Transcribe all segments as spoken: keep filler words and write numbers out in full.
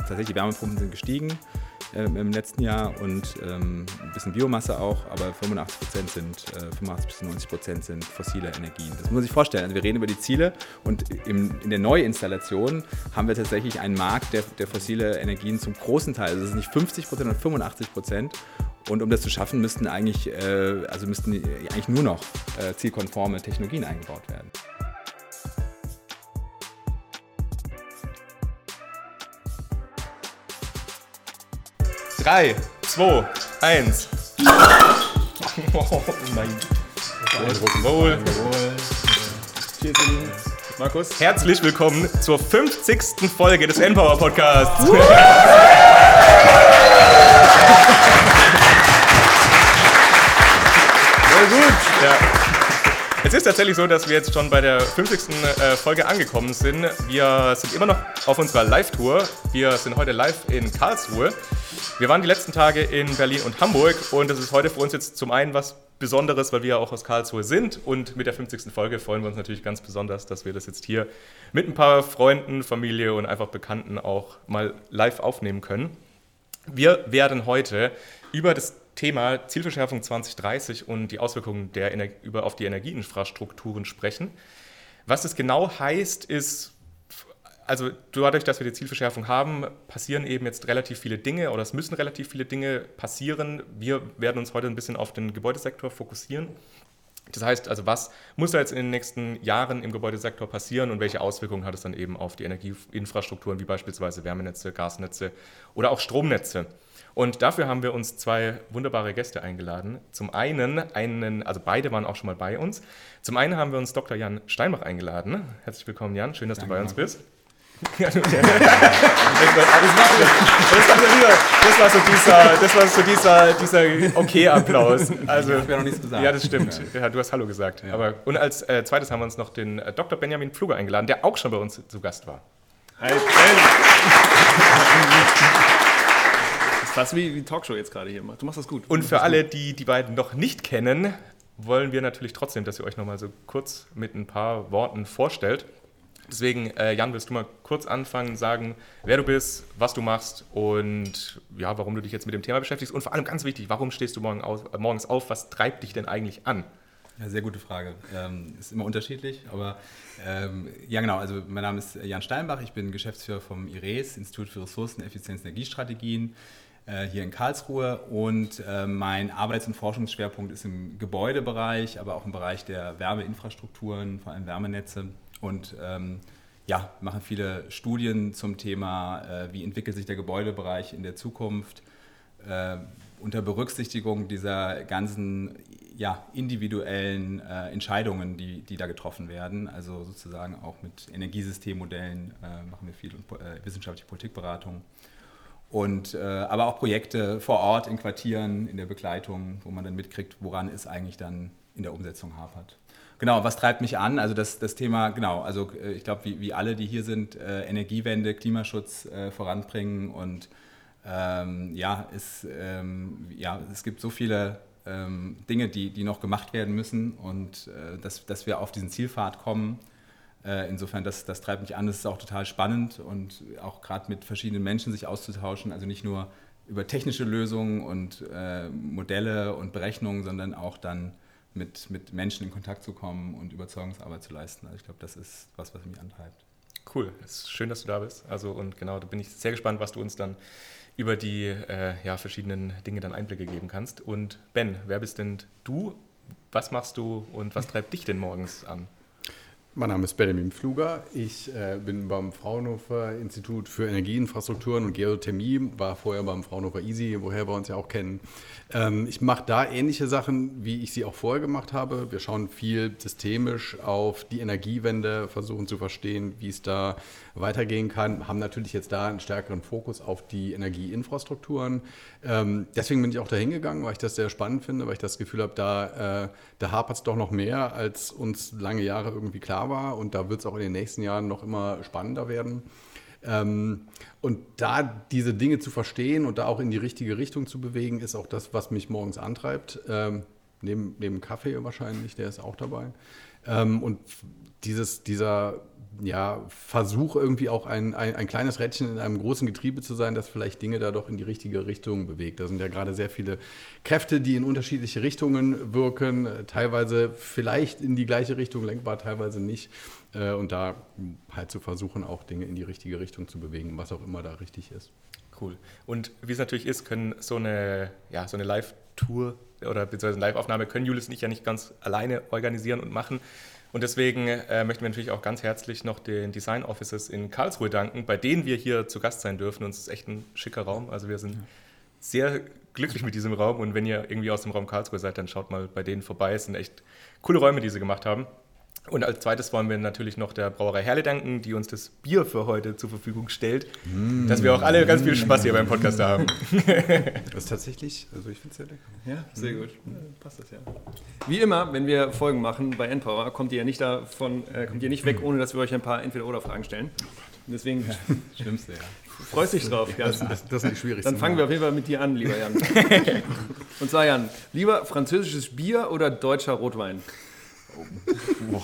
tatsächlich die Wärmepumpen sind gestiegen ähm, im letzten Jahr und ähm, ein bisschen Biomasse auch, aber fünfundachtzig Prozent sind, äh, fünfundachtzig bis neunzig Prozent sind fossile Energien. Das muss man sich vorstellen. Also wir reden über die Ziele und im, in der Neuinstallation haben wir tatsächlich einen Markt, der, der fossile Energien zum großen Teil, also es ist nicht fünfzig Prozent, sondern fünfundachtzig Prozent. Und um das zu schaffen, müssten eigentlich, äh, also müssten eigentlich nur noch äh, zielkonforme Technologien eingebaut werden. Drei, zwei, eins. Oh nein. Wohl. Cheers, Markus. Herzlich willkommen zur fünfzigsten Folge des N-Power Podcasts. Uh. Sehr gut. Ja. Es ist tatsächlich so, dass wir jetzt schon bei der fünfzigsten Folge angekommen sind. Wir sind immer noch auf unserer Live-Tour. Wir sind heute live in Karlsruhe. Wir waren die letzten Tage in Berlin und Hamburg und das ist heute für uns jetzt zum einen was Besonderes, weil wir ja auch aus Karlsruhe sind und mit der fünfzigsten Folge freuen wir uns natürlich ganz besonders, dass wir das jetzt hier mit ein paar Freunden, Familie und einfach Bekannten auch mal live aufnehmen können. Wir werden heute über das Thema Zielverschärfung zwanzig dreißig und die Auswirkungen der Ener- über, auf die Energieinfrastrukturen sprechen. Was das genau heißt, ist, also dadurch, dass wir die Zielverschärfung haben, passieren eben jetzt relativ viele Dinge oder es müssen relativ viele Dinge passieren. Wir werden uns heute ein bisschen auf den Gebäudesektor fokussieren. Das heißt also, was muss da jetzt in den nächsten Jahren im Gebäudesektor passieren und welche Auswirkungen hat es dann eben auf die Energieinfrastrukturen, wie beispielsweise Wärmenetze, Gasnetze oder auch Stromnetze. Und dafür haben wir uns zwei wunderbare Gäste eingeladen. Zum einen, einen, also beide waren auch schon mal bei uns. Zum einen haben wir uns Doktor Jan Steinbach eingeladen. Herzlich willkommen, Jan. Schön, dass Danke, du bei uns bist. Ja, das, war so dieser, das war so dieser, dieser Okay-Applaus. Also, ich habe ja noch nichts gesagt. Ja, das stimmt. Ja, du hast Hallo gesagt. Ja. Aber, und als äh, zweites haben wir uns noch den äh, Doktor Benjamin Pfluger eingeladen, der auch schon bei uns zu Gast war. Hi, Ben. Das ist fast wie die Talkshow jetzt gerade hier. Du machst das gut. Und für alle, die die beiden noch nicht kennen, wollen wir natürlich trotzdem, dass ihr euch noch mal so kurz mit ein paar Worten vorstellt. Deswegen, äh, Jan, willst du mal kurz anfangen, sagen, wer du bist, was du machst und ja, warum du dich jetzt mit dem Thema beschäftigst und vor allem ganz wichtig, warum stehst du morgen aus, äh, morgens auf, was treibt dich denn eigentlich an? Ja, sehr gute Frage. Ähm, ist immer unterschiedlich, aber ähm, ja genau, also mein Name ist Jan Steinbach, ich bin Geschäftsführer vom I R E S, Institut für Ressourceneffizienz und Energiestrategien, äh, hier in Karlsruhe und äh, mein Arbeits- und Forschungsschwerpunkt ist im Gebäudebereich, aber auch im Bereich der Wärmeinfrastrukturen, vor allem Wärmenetze. Und ähm, ja, machen viele Studien zum Thema, äh, wie entwickelt sich der Gebäudebereich in der Zukunft, äh, unter Berücksichtigung dieser ganzen ja, individuellen äh, Entscheidungen, die, die da getroffen werden. Also sozusagen auch mit Energiesystemmodellen äh, machen wir viel und äh, wissenschaftliche Politikberatung. Und, äh, aber auch Projekte vor Ort in Quartieren, in der Begleitung, wo man dann mitkriegt, woran es eigentlich dann in der Umsetzung hapert. Genau, was treibt mich an? Also das, das Thema, genau, also ich glaube, wie, wie alle, die hier sind, äh, Energiewende, Klimaschutz äh, voranbringen und ähm, ja, es, ähm, ja, es gibt so viele ähm, Dinge, die, die noch gemacht werden müssen und äh, dass, dass wir auf diesen Zielpfad kommen. Äh, insofern, das, das treibt mich an, das ist auch total spannend und auch gerade mit verschiedenen Menschen sich auszutauschen, also nicht nur über technische Lösungen und äh, Modelle und Berechnungen, sondern auch dann Mit, mit Menschen in Kontakt zu kommen und Überzeugungsarbeit zu leisten. Also ich glaube, das ist was, was mich antreibt. Cool, es ist schön, dass du da bist. Also und genau, da bin ich sehr gespannt, was du uns dann über die äh, ja, verschiedenen Dinge dann Einblicke geben kannst. Und Ben, wer bist denn du? Was machst du und was treibt dich denn morgens an? Mein Name ist Benjamin Pfluger. Ich äh, bin beim Fraunhofer Institut für Energieinfrastrukturen und Geothermie, war vorher beim Fraunhofer I S I, woher wir uns ja auch kennen. Ähm, ich mache da ähnliche Sachen, wie ich sie auch vorher gemacht habe. Wir schauen viel systemisch auf die Energiewende, versuchen zu verstehen, wie es da weitergehen kann, haben natürlich jetzt da einen stärkeren Fokus auf die Energieinfrastrukturen. Ähm, deswegen bin ich auch da hingegangen, weil ich das sehr spannend finde, weil ich das Gefühl habe, da, äh, da hapert es doch noch mehr, als uns lange Jahre irgendwie klar war. Und da wird es auch in den nächsten Jahren noch immer spannender werden. Ähm, und da diese Dinge zu verstehen und da auch in die richtige Richtung zu bewegen, ist auch das, was mich morgens antreibt. Ähm, neben, neben Kaffee wahrscheinlich, der ist auch dabei. Ähm, und dieses, dieser ja, versuche irgendwie auch ein, ein, ein kleines Rädchen in einem großen Getriebe zu sein, das vielleicht Dinge da doch in die richtige Richtung bewegt. Da sind ja gerade sehr viele Kräfte, die in unterschiedliche Richtungen wirken, teilweise vielleicht in die gleiche Richtung lenkbar, teilweise nicht. Und da halt zu versuchen, auch Dinge in die richtige Richtung zu bewegen, was auch immer da richtig ist. Cool. Und wie es natürlich ist, können so eine, ja, so eine Live-Tour oder beziehungsweise eine Live-Aufnahme können Julius und ich ja nicht ganz alleine organisieren und machen. Und deswegen äh, möchten wir natürlich auch ganz herzlich noch den Design Offices in Karlsruhe danken, bei denen wir hier zu Gast sein dürfen. Und es ist echt ein schicker Raum. Also wir sind sehr glücklich mit diesem Raum. Und wenn ihr irgendwie aus dem Raum Karlsruhe seid, dann schaut mal bei denen vorbei. Es sind echt coole Räume, die sie gemacht haben. Und als zweites wollen wir natürlich noch der Brauerei Herle danken, die uns das Bier für heute zur Verfügung stellt, mm. dass wir auch alle ganz viel Spaß hier beim Podcast haben. Das ist tatsächlich, also ich finde es sehr lecker. Ja, sehr gut. Ja, passt das ja. Wie immer, wenn wir Folgen machen bei Npower, kommt ihr nicht davon, äh, kommt ihr nicht weg, ohne dass wir euch ein paar Entweder-Oder-Fragen stellen. Und deswegen ja, Schlimmste, ja. freust dich drauf. Das, das, das sind die schwierigsten. Dann fangen wir auf jeden Fall mit dir an, lieber Jan. Und zwar, Jan, lieber französisches Bier oder deutscher Rotwein? Boah.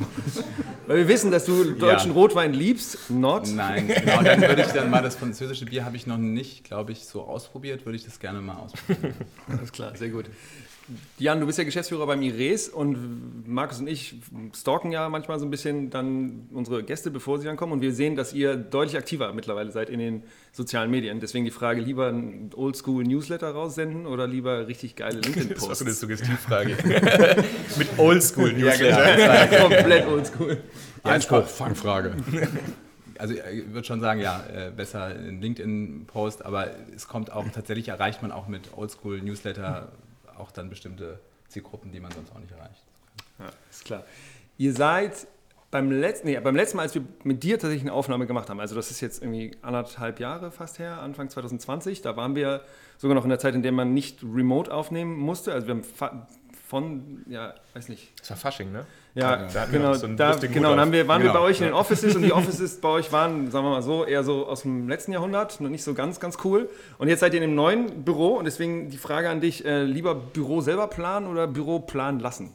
Weil wir wissen, dass du deutschen ja. Rotwein liebst, not. Nein, genau, dann würde ich dann mal, das französische Bier habe ich noch nicht, glaube ich, so ausprobiert, würde ich das gerne mal ausprobieren. Alles klar, sehr gut. Jan, du bist ja Geschäftsführer beim I R E S und Markus und ich stalken ja manchmal so ein bisschen dann unsere Gäste, bevor sie dann kommen, und wir sehen, dass ihr deutlich aktiver mittlerweile seid in den sozialen Medien. Deswegen die Frage, lieber ein Oldschool-Newsletter raussenden oder lieber richtig geile LinkedIn-Posts? Das ist so eine Suggestivfrage. Mit Oldschool-Newsletter. Ja, genau. Komplett Oldschool. Einspruch, Fangfrage. Also ich würde schon sagen, ja, besser ein LinkedIn-Post, aber es kommt auch, tatsächlich erreicht man auch mit Oldschool-Newsletter auch dann bestimmte Zielgruppen, die man sonst auch nicht erreicht. Ja, ist klar. Ihr seid beim letzten, nee, beim letzten Mal, als wir mit dir tatsächlich eine Aufnahme gemacht haben, also das ist jetzt irgendwie anderthalb Jahre fast her, Anfang zwanzig zwanzig, da waren wir sogar noch in der Zeit, in der man nicht remote aufnehmen musste. Also wir haben fa- von, ja, weiß nicht. Das war Fasching, ne? Ja, da genau. So da, genau, dann haben wir, waren genau. wir bei euch in den Offices und die Offices bei euch waren, sagen wir mal so, eher so aus dem letzten Jahrhundert, noch nicht so ganz, ganz cool. Und jetzt seid ihr in einem neuen Büro und deswegen die Frage an dich, äh, lieber Büro selber planen oder Büro planen lassen?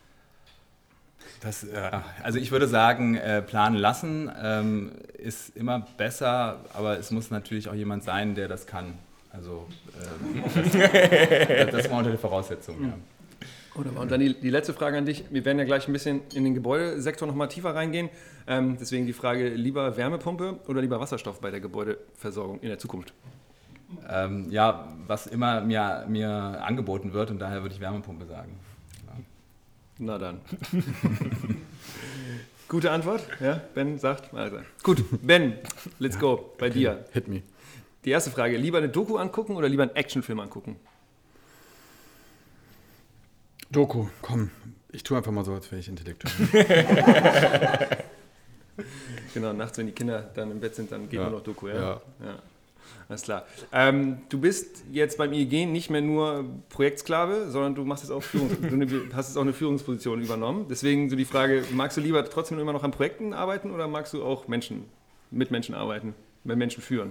Das, äh, also ich würde sagen, äh, planen lassen ähm, ist immer besser, aber es muss natürlich auch jemand sein, der das kann. Also äh, das, das war unter der Voraussetzung, ja. Wunderbar. Und dann die, die letzte Frage an dich. Wir werden ja gleich ein bisschen in den Gebäudesektor noch mal tiefer reingehen. Ähm, deswegen die Frage, lieber Wärmepumpe oder lieber Wasserstoff bei der Gebäudeversorgung in der Zukunft? Ähm, ja, was immer mir, mir angeboten wird, und daher würde ich Wärmepumpe sagen. Ja. Na dann. Gute Antwort. Ja, Ben sagt. Also. Gut, Ben, let's go. Bei okay. dir. Hit me. Die erste Frage, lieber eine Doku angucken oder lieber einen Actionfilm angucken? Doku, komm. Ich tue einfach mal so, als wäre ich intellektuell. Genau, nachts, wenn die Kinder dann im Bett sind, dann geht ja. nur noch Doku. Ja, ja. ja. Alles klar. Ähm, du bist jetzt beim I E G nicht mehr nur Projektsklave, sondern du machst jetzt auch Führungs- du hast jetzt auch eine Führungsposition übernommen. Deswegen so die Frage, magst du lieber trotzdem immer noch an Projekten arbeiten oder magst du auch Menschen, mit Menschen arbeiten, mit Menschen führen?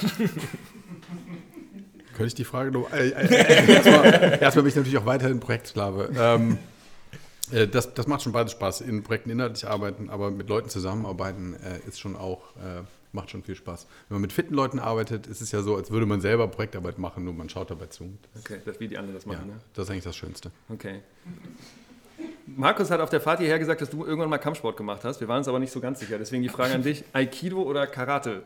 Könnte ich die Frage noch... Äh, äh, erstmal, erstmal bin ich natürlich auch weiterhin Projektsklave. Ähm, äh, das, das macht schon beides Spaß. In Projekten inhaltlich arbeiten, aber mit Leuten zusammenarbeiten äh, ist schon auch... Äh, macht schon viel Spaß. Wenn man mit fitten Leuten arbeitet, ist es ja so, als würde man selber Projektarbeit machen, nur man schaut dabei zu. Okay, das wie die anderen das machen, ja, ne? Das ist eigentlich das Schönste. Okay. Markus hat auf der Fahrt hierher gesagt, dass du irgendwann mal Kampfsport gemacht hast. Wir waren uns aber nicht so ganz sicher. Deswegen die Frage an dich, Aikido oder Karate?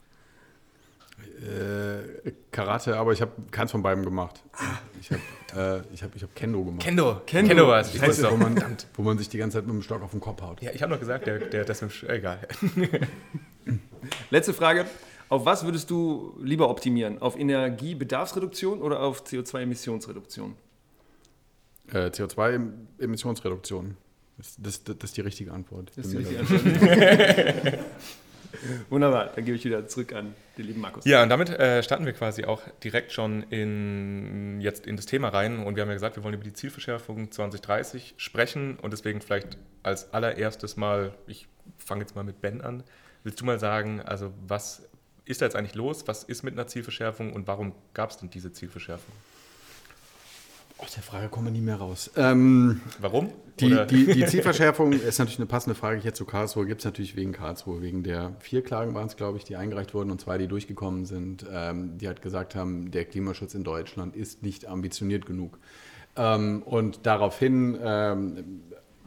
Äh, Karate, aber ich habe keins von beiden gemacht. Ich habe äh, ich hab, ich hab Kendo gemacht. Kendo, Kendo, Kendo war es. Das heißt, wo, man, wo man sich die ganze Zeit mit dem Stock auf den Kopf haut. Ja, ich habe noch gesagt, der, der das mit dem Sch- egal. Letzte Frage. Auf was würdest du lieber optimieren? Auf Energiebedarfsreduktion oder auf C O zwei Emissionsreduktion? Äh, C O zwei Emissionsreduktion. Das, das, das ist die richtige Antwort. Das ist die richtige Antwort. Wunderbar, dann gebe ich wieder zurück an den lieben Markus. Ja, und damit äh, starten wir quasi auch direkt schon in, jetzt in das Thema rein. Und wir haben ja gesagt, wir wollen über die Zielverschärfung zwanzig dreißig sprechen. Und deswegen vielleicht als allererstes mal, ich fange jetzt mal mit Ben an. Willst du mal sagen, also was ist da jetzt eigentlich los? Was ist mit einer Zielverschärfung und warum gab es denn diese Zielverschärfung? Aus der Frage kommen wir nie mehr raus. Ähm, Warum? Die, die, die Zielverschärfung ist natürlich eine passende Frage hier zu Karlsruhe. Gibt es natürlich wegen Karlsruhe, wegen der vier Klagen waren es, glaube ich, die eingereicht wurden und zwei, die durchgekommen sind, ähm, die halt gesagt haben, der Klimaschutz in Deutschland ist nicht ambitioniert genug. Ähm, und daraufhin ähm,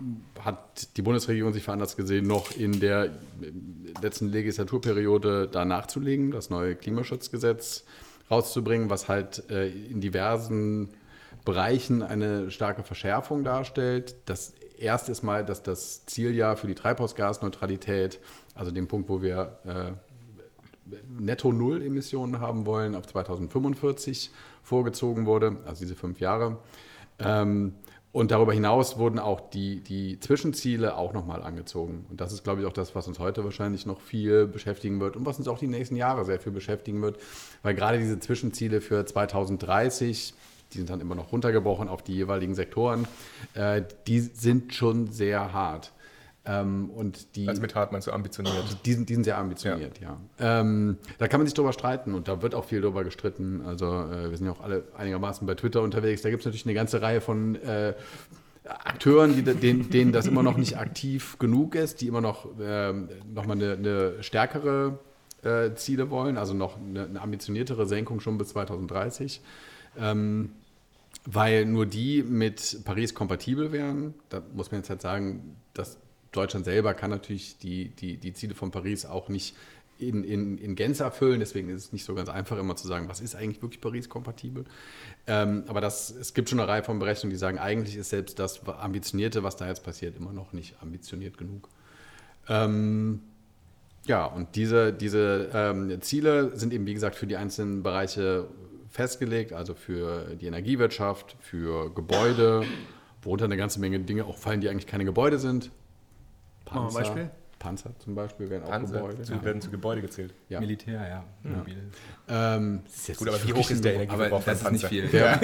hat die Bundesregierung sich veranlasst gesehen, noch in der letzten Legislaturperiode da nachzulegen, das neue Klimaschutzgesetz rauszubringen, was halt äh, in diversen Bereichen eine starke Verschärfung darstellt. Das erste ist mal, dass das Zieljahr für die Treibhausgasneutralität, also den Punkt, wo wir äh, netto Null Emissionen haben wollen, auf zweitausendfünfundvierzig vorgezogen wurde, also diese fünf Jahre. Ähm, und darüber hinaus wurden auch die, die Zwischenziele auch nochmal angezogen. Und das ist, glaube ich, auch das, was uns heute wahrscheinlich noch viel beschäftigen wird und was uns auch die nächsten Jahre sehr viel beschäftigen wird, weil gerade diese Zwischenziele für zweitausenddreißig, die sind dann immer noch runtergebrochen auf die jeweiligen Sektoren, äh, die sind schon sehr hart. Ähm, und die, also mit hart meinst du ambitioniert? Die sind, die sind sehr ambitioniert, ja. ja. Ähm, da kann man sich drüber streiten und da wird auch viel drüber gestritten. Also äh, wir sind ja auch alle einigermaßen bei Twitter unterwegs. Da gibt es natürlich eine ganze Reihe von äh, Akteuren, die, denen, denen das immer noch nicht aktiv genug ist, die immer noch, äh, noch mal eine, eine stärkere äh, Ziele wollen, also noch eine, eine ambitioniertere Senkung schon bis zweitausenddreißig. Ähm, weil nur die mit Paris kompatibel wären. Da muss man jetzt halt sagen, dass Deutschland selber kann natürlich die, die, die Ziele von Paris auch nicht in, in, in Gänze erfüllen. Deswegen ist es nicht so ganz einfach, immer zu sagen, was ist eigentlich wirklich Paris-kompatibel. Ähm, aber das, es gibt schon eine Reihe von Berechnungen, die sagen, eigentlich ist selbst das Ambitionierte, was da jetzt passiert, immer noch nicht ambitioniert genug. Ähm, ja, und diese, diese ähm, Ziele sind eben, wie gesagt, für die einzelnen Bereiche festgelegt, also für die Energiewirtschaft, für Gebäude, worunter eine ganze Menge Dinge auch fallen, die eigentlich keine Gebäude sind. Panzer, Beispiel? Panzer zum Beispiel werden Panzer auch Gebäude. zu, Ja. werden zu Gebäude gezählt. Ja. Militär, ja. Mhm. Ähm, ist jetzt Gut, aber nicht wie hoch wirklich ist der so- Energieverbrauch Aber das von ist nicht Panzer?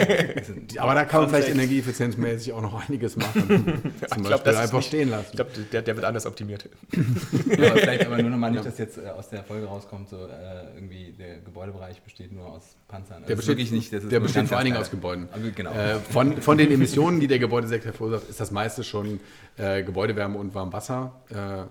viel. Aber da kann man vielleicht energieeffizienzmäßig auch noch einiges machen. Zum Ich Beispiel glaub, das ist einfach nicht- stehen lassen. Ich glaube, der, der wird anders optimiert. Ja, aber vielleicht aber nur nochmal nicht, dass jetzt äh, aus der Folge rauskommt, so äh, irgendwie der Gebäudebereich besteht nur aus Panzern. Also Der das ist besteht, wirklich nicht. Das ist der nur besteht ganz, vor allen Dingen ganz aus Gebäuden. Aber genau. Äh, von, von den Emissionen, die der Gebäudesektor verursacht, ist das meiste schon äh, Gebäudewärme und Warmwasser. Äh,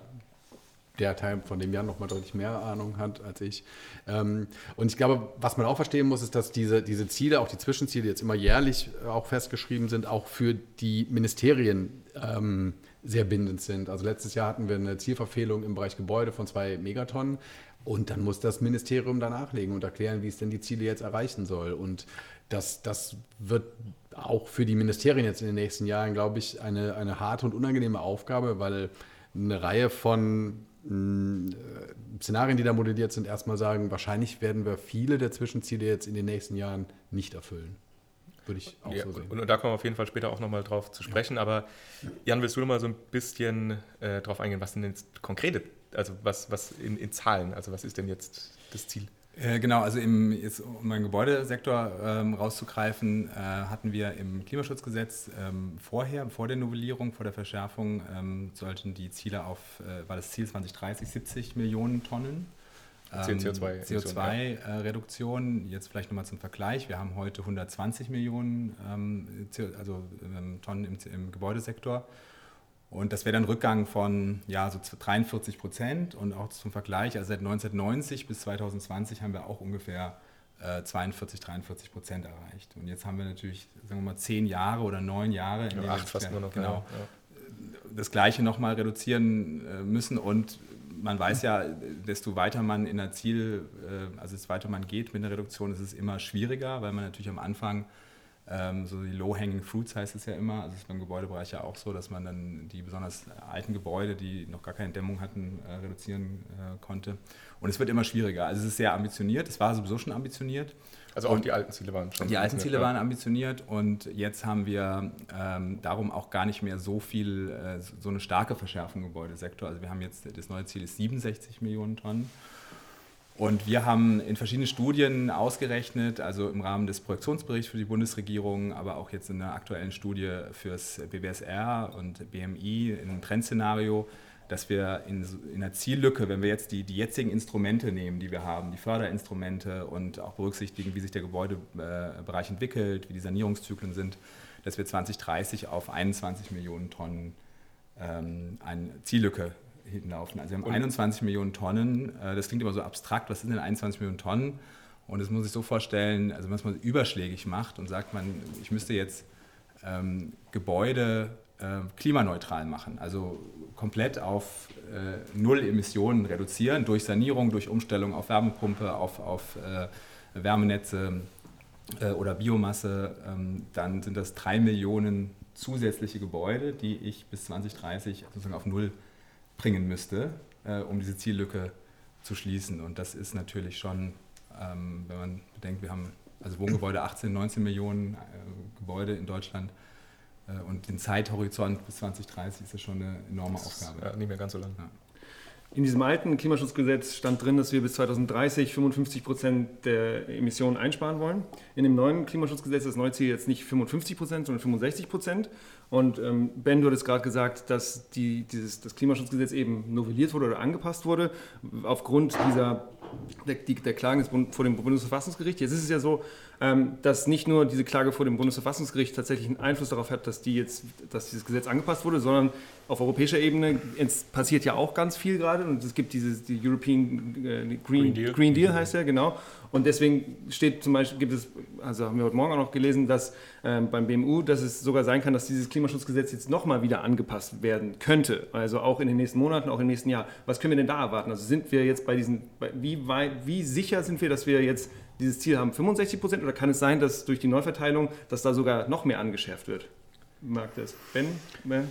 der Teil, von dem Jan noch mal deutlich mehr Ahnung hat als ich. Ähm, und ich glaube, was man auch verstehen muss, ist, dass diese, diese Ziele, auch die Zwischenziele, jetzt immer jährlich auch festgeschrieben sind, auch für die Ministerien ähm, sehr bindend sind. Also letztes Jahr hatten wir eine Zielverfehlung im Bereich Gebäude von zwei Megatonnen. Und dann muss das Ministerium da nachlegen und erklären, wie es denn die Ziele jetzt erreichen soll. Und das, das wird auch für die Ministerien jetzt in den nächsten Jahren, glaube ich, eine, eine harte und unangenehme Aufgabe, weil eine Reihe von mh, Szenarien, die da modelliert sind, erstmal sagen, wahrscheinlich werden wir viele der Zwischenziele jetzt in den nächsten Jahren nicht erfüllen. Würde ich auch Ja, so sehen. und, und da kommen wir auf jeden Fall später auch nochmal drauf zu sprechen. Aber Jan, willst du noch mal so ein bisschen äh, drauf eingehen, was sind denn jetzt konkrete, also was, was in, in Zahlen, also was ist denn jetzt das Ziel? Äh, genau, also im, jetzt, um den Gebäudesektor ähm, rauszugreifen, äh, hatten wir im Klimaschutzgesetz ähm, vorher, vor der Novellierung, vor der Verschärfung, ähm, sollten die Ziele auf, äh, war das Ziel zwanzig dreißig, siebzig Millionen Tonnen. C O zwei C O zwei Reduktion, jetzt vielleicht nochmal zum Vergleich. Wir haben heute hundertzwanzig Millionen ähm, also, ähm, Tonnen im, im Gebäudesektor. Und das wäre dann ein Rückgang von ja, so dreiundvierzig Prozent. Und auch zum Vergleich, also seit neunzehnhundertneunzig bis zweitausendzwanzig haben wir auch ungefähr äh, zweiundvierzig, dreiundvierzig Prozent erreicht. Und jetzt haben wir natürlich, sagen wir mal, zehn Jahre oder neun Jahre, in Ja, denen acht wir fast nur noch. genau, Ja, ja. das Gleiche nochmal reduzieren äh, müssen. Und man weiß ja, desto weiter man in der Ziel, äh, also desto weiter man geht mit einer Reduktion, ist es immer schwieriger, weil man natürlich am Anfang ähm, so die Low-Hanging Fruits heißt es ja immer, also es ist beim Gebäudebereich ja auch so, dass man dann die besonders alten Gebäude, die noch gar keine Dämmung hatten, äh, reduzieren äh, konnte. Und es wird immer schwieriger. Also es ist sehr ambitioniert, es war sowieso schon ambitioniert. Also auch Und die alten Ziele waren schon. Die alten Ziele ja. waren ambitioniert und jetzt haben wir ähm, darum auch gar nicht mehr so viel, äh, so eine starke Verschärfung im Gebäudesektor. Also wir haben jetzt, das neue Ziel ist siebenundsechzig Millionen Tonnen. Und wir haben in verschiedenen Studien ausgerechnet, also im Rahmen des Projektionsberichts für die Bundesregierung, aber auch jetzt in einer aktuellen Studie fürs B W S R und B M I in einem Trendszenario, dass wir in, in einer Ziellücke, wenn wir jetzt die, die jetzigen Instrumente nehmen, die wir haben, die Förderinstrumente und auch berücksichtigen, wie sich der Gebäudebereich entwickelt, wie die Sanierungszyklen sind, dass wir zwanzig dreißig auf einundzwanzig Millionen Tonnen ähm, eine Ziellücke hinlaufen. Also wir haben und einundzwanzig Millionen Tonnen, äh, das klingt immer so abstrakt, was sind denn einundzwanzig Millionen Tonnen? Und das muss ich so vorstellen, also wenn man es mal überschlägig macht und sagt man, ich müsste jetzt ähm, Gebäude äh, klimaneutral machen, also komplett auf äh, Null Emissionen reduzieren, durch Sanierung, durch Umstellung auf Wärmepumpe, auf, auf äh, Wärmenetze äh, oder Biomasse, ähm, dann sind das drei Millionen zusätzliche Gebäude, die ich bis zwanzig dreißig sozusagen auf Null bringen müsste, äh, um diese Ziellücke zu schließen. Und das ist natürlich schon, ähm, wenn man bedenkt, wir haben also Wohngebäude achtzehn, neunzehn Millionen äh, Gebäude in Deutschland äh, und den Zeithorizont bis zwanzig dreißig ist das schon eine enorme das Aufgabe. Ist, ja, nicht mehr ganz so lang. Ja. In diesem alten Klimaschutzgesetz stand drin, dass wir bis zwanzig dreißig fünfundfünfzig Prozent der Emissionen einsparen wollen. In dem neuen Klimaschutzgesetz ist das neue Ziel jetzt nicht fünfundfünfzig Prozent, sondern fünfundsechzig Prozent. Und ähm, Ben, du hattest gerade gesagt, dass die, dieses, das Klimaschutzgesetz eben novelliert wurde oder angepasst wurde aufgrund dieser der, die, der Klagen vor dem Bundesverfassungsgericht. Jetzt ist es ja so, ähm, dass nicht nur diese Klage vor dem Bundesverfassungsgericht tatsächlich einen Einfluss darauf hat, dass, die jetzt, dass dieses Gesetz angepasst wurde, sondern auf europäischer Ebene passiert ja auch ganz viel gerade und es gibt dieses die European äh, Green, Green, Deal. Green Deal heißt ja, genau. Und deswegen steht zum Beispiel, gibt es, also haben wir heute Morgen auch noch gelesen, dass ähm, beim B M U, dass es sogar sein kann, dass dieses Klimaschutzgesetz jetzt nochmal wieder angepasst werden könnte. Also auch in den nächsten Monaten, auch im nächsten Jahr. Was können wir denn da erwarten? Also sind wir jetzt bei diesen, bei, wie, weit, wie sicher sind wir, dass wir jetzt dieses Ziel haben, fünfundsechzig Prozent? Oder kann es sein, dass durch die Neuverteilung, dass da sogar noch mehr angeschärft wird? Mag das? Ben? Ben?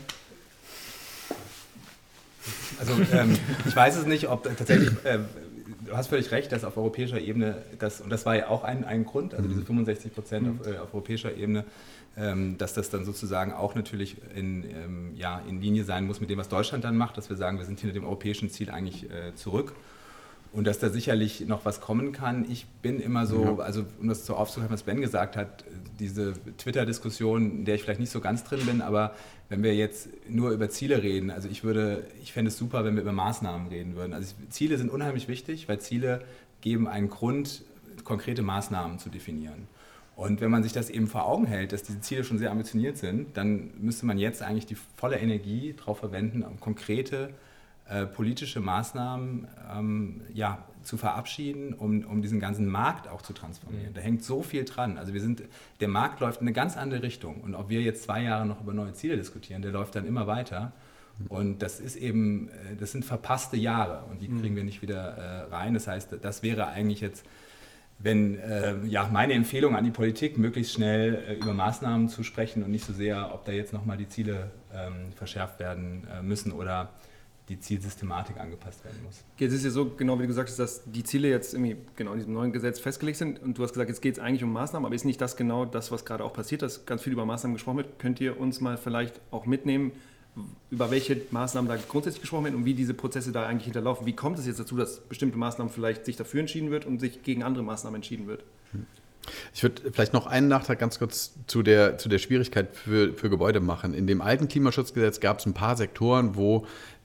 Also ähm, ich weiß es nicht, ob tatsächlich, äh, du hast völlig recht, dass auf europäischer Ebene, das, und das war ja auch ein, ein Grund, also diese fünfundsechzig Prozent auf, äh, auf europäischer Ebene, ähm, dass das dann sozusagen auch natürlich in, ähm, ja, in Linie sein muss mit dem, was Deutschland dann macht, dass wir sagen, wir sind hinter dem europäischen Ziel eigentlich äh, zurück. Und dass da sicherlich noch was kommen kann. Ich bin immer so, ja. also um das so aufzugreifen, was Ben gesagt hat, diese Twitter-Diskussion, in der ich vielleicht nicht so ganz drin bin, aber wenn wir jetzt nur über Ziele reden, also ich würde, ich fände es super, wenn wir über Maßnahmen reden würden. Also Ziele sind unheimlich wichtig, weil Ziele geben einen Grund, konkrete Maßnahmen zu definieren. Und wenn man sich das eben vor Augen hält, dass diese Ziele schon sehr ambitioniert sind, dann müsste man jetzt eigentlich die volle Energie darauf verwenden, um konkrete Äh, politische Maßnahmen ähm, ja, zu verabschieden, um, um diesen ganzen Markt auch zu transformieren. Mhm. Da hängt so viel dran. Also wir sind, der Markt läuft in eine ganz andere Richtung. Und ob wir jetzt zwei Jahre noch über neue Ziele diskutieren, der läuft dann immer weiter. Mhm. Und das ist eben, das sind verpasste Jahre und die kriegen wir nicht wieder äh, rein. Das heißt, das wäre eigentlich jetzt, wenn äh, ja, meine Empfehlung an die Politik, möglichst schnell äh, über Maßnahmen zu sprechen und nicht so sehr, ob da jetzt nochmal die Ziele ähm, verschärft werden äh, müssen oder die Zielsystematik angepasst werden muss. Jetzt ist ja so, genau wie du gesagt hast, dass die Ziele jetzt irgendwie genau in diesem neuen Gesetz festgelegt sind und du hast gesagt, jetzt geht es eigentlich um Maßnahmen, aber ist nicht das genau das, was gerade auch passiert, dass ganz viel über Maßnahmen gesprochen wird? Könnt ihr uns mal vielleicht auch mitnehmen, über welche Maßnahmen da grundsätzlich gesprochen wird und wie diese Prozesse da eigentlich hinterlaufen? Wie kommt es jetzt dazu, dass bestimmte Maßnahmen vielleicht sich dafür entschieden wird und sich gegen andere Maßnahmen entschieden wird? Ich würde vielleicht noch einen Nachtrag ganz kurz zu der, zu der Schwierigkeit für, für Gebäude machen. In dem alten Klimaschutzgesetz gab es ein paar Sektoren, wo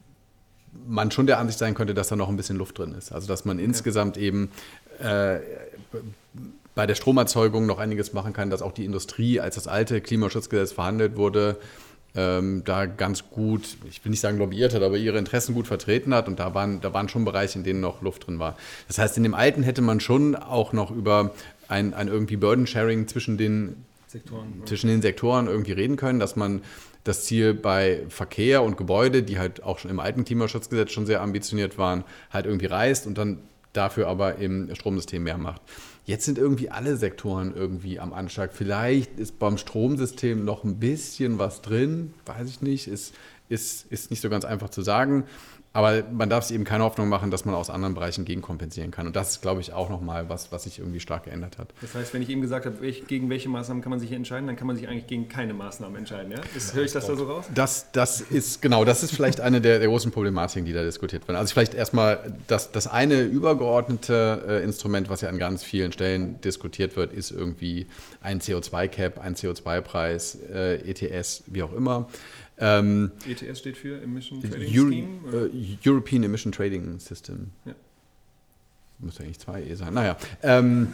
man schon der Ansicht sein könnte, dass da noch ein bisschen Luft drin ist. Also dass man okay. insgesamt eben äh, bei der Stromerzeugung noch einiges machen kann, dass auch die Industrie, als das alte Klimaschutzgesetz verhandelt wurde, ähm, da ganz gut, ich will nicht sagen lobbyiert hat, aber ihre Interessen gut vertreten hat und da waren, da waren schon Bereiche, in denen noch Luft drin war. Das heißt, in dem alten hätte man schon auch noch über ein, ein irgendwie Burden-Sharing zwischen den Sektoren, zwischen den Sektoren irgendwie reden können, dass man das Ziel bei Verkehr und Gebäude, die halt auch schon im alten Klimaschutzgesetz schon sehr ambitioniert waren, halt irgendwie reißt und dann dafür aber im Stromsystem mehr macht. Jetzt sind irgendwie alle Sektoren irgendwie am Anschlag. Vielleicht ist beim Stromsystem noch ein bisschen was drin, weiß ich nicht, ist, ist, ist nicht so ganz einfach zu sagen. Aber man darf sich eben keine Hoffnung machen, dass man aus anderen Bereichen gegenkompensieren kann. Und das ist, glaube ich, auch nochmal was, was sich irgendwie stark geändert hat. Das heißt, wenn ich eben gesagt habe, gegen welche Maßnahmen kann man sich entscheiden, dann kann man sich eigentlich gegen keine Maßnahmen entscheiden. Ja? Das, höre ich das da so raus? Das, das ist, genau, das ist vielleicht eine der, der großen Problematiken, die da diskutiert werden. Also vielleicht erstmal das, das eine übergeordnete äh, Instrument, was ja an ganz vielen Stellen diskutiert wird, ist irgendwie ein C O zwei Cap, ein C O zwei Preis, äh, E T S, wie auch immer. Ähm, E T S steht für Emission Trading Euro, Scheme? äh, European Emission Trading System. Ja. Muss eigentlich zwei E sein. Naja. Ähm,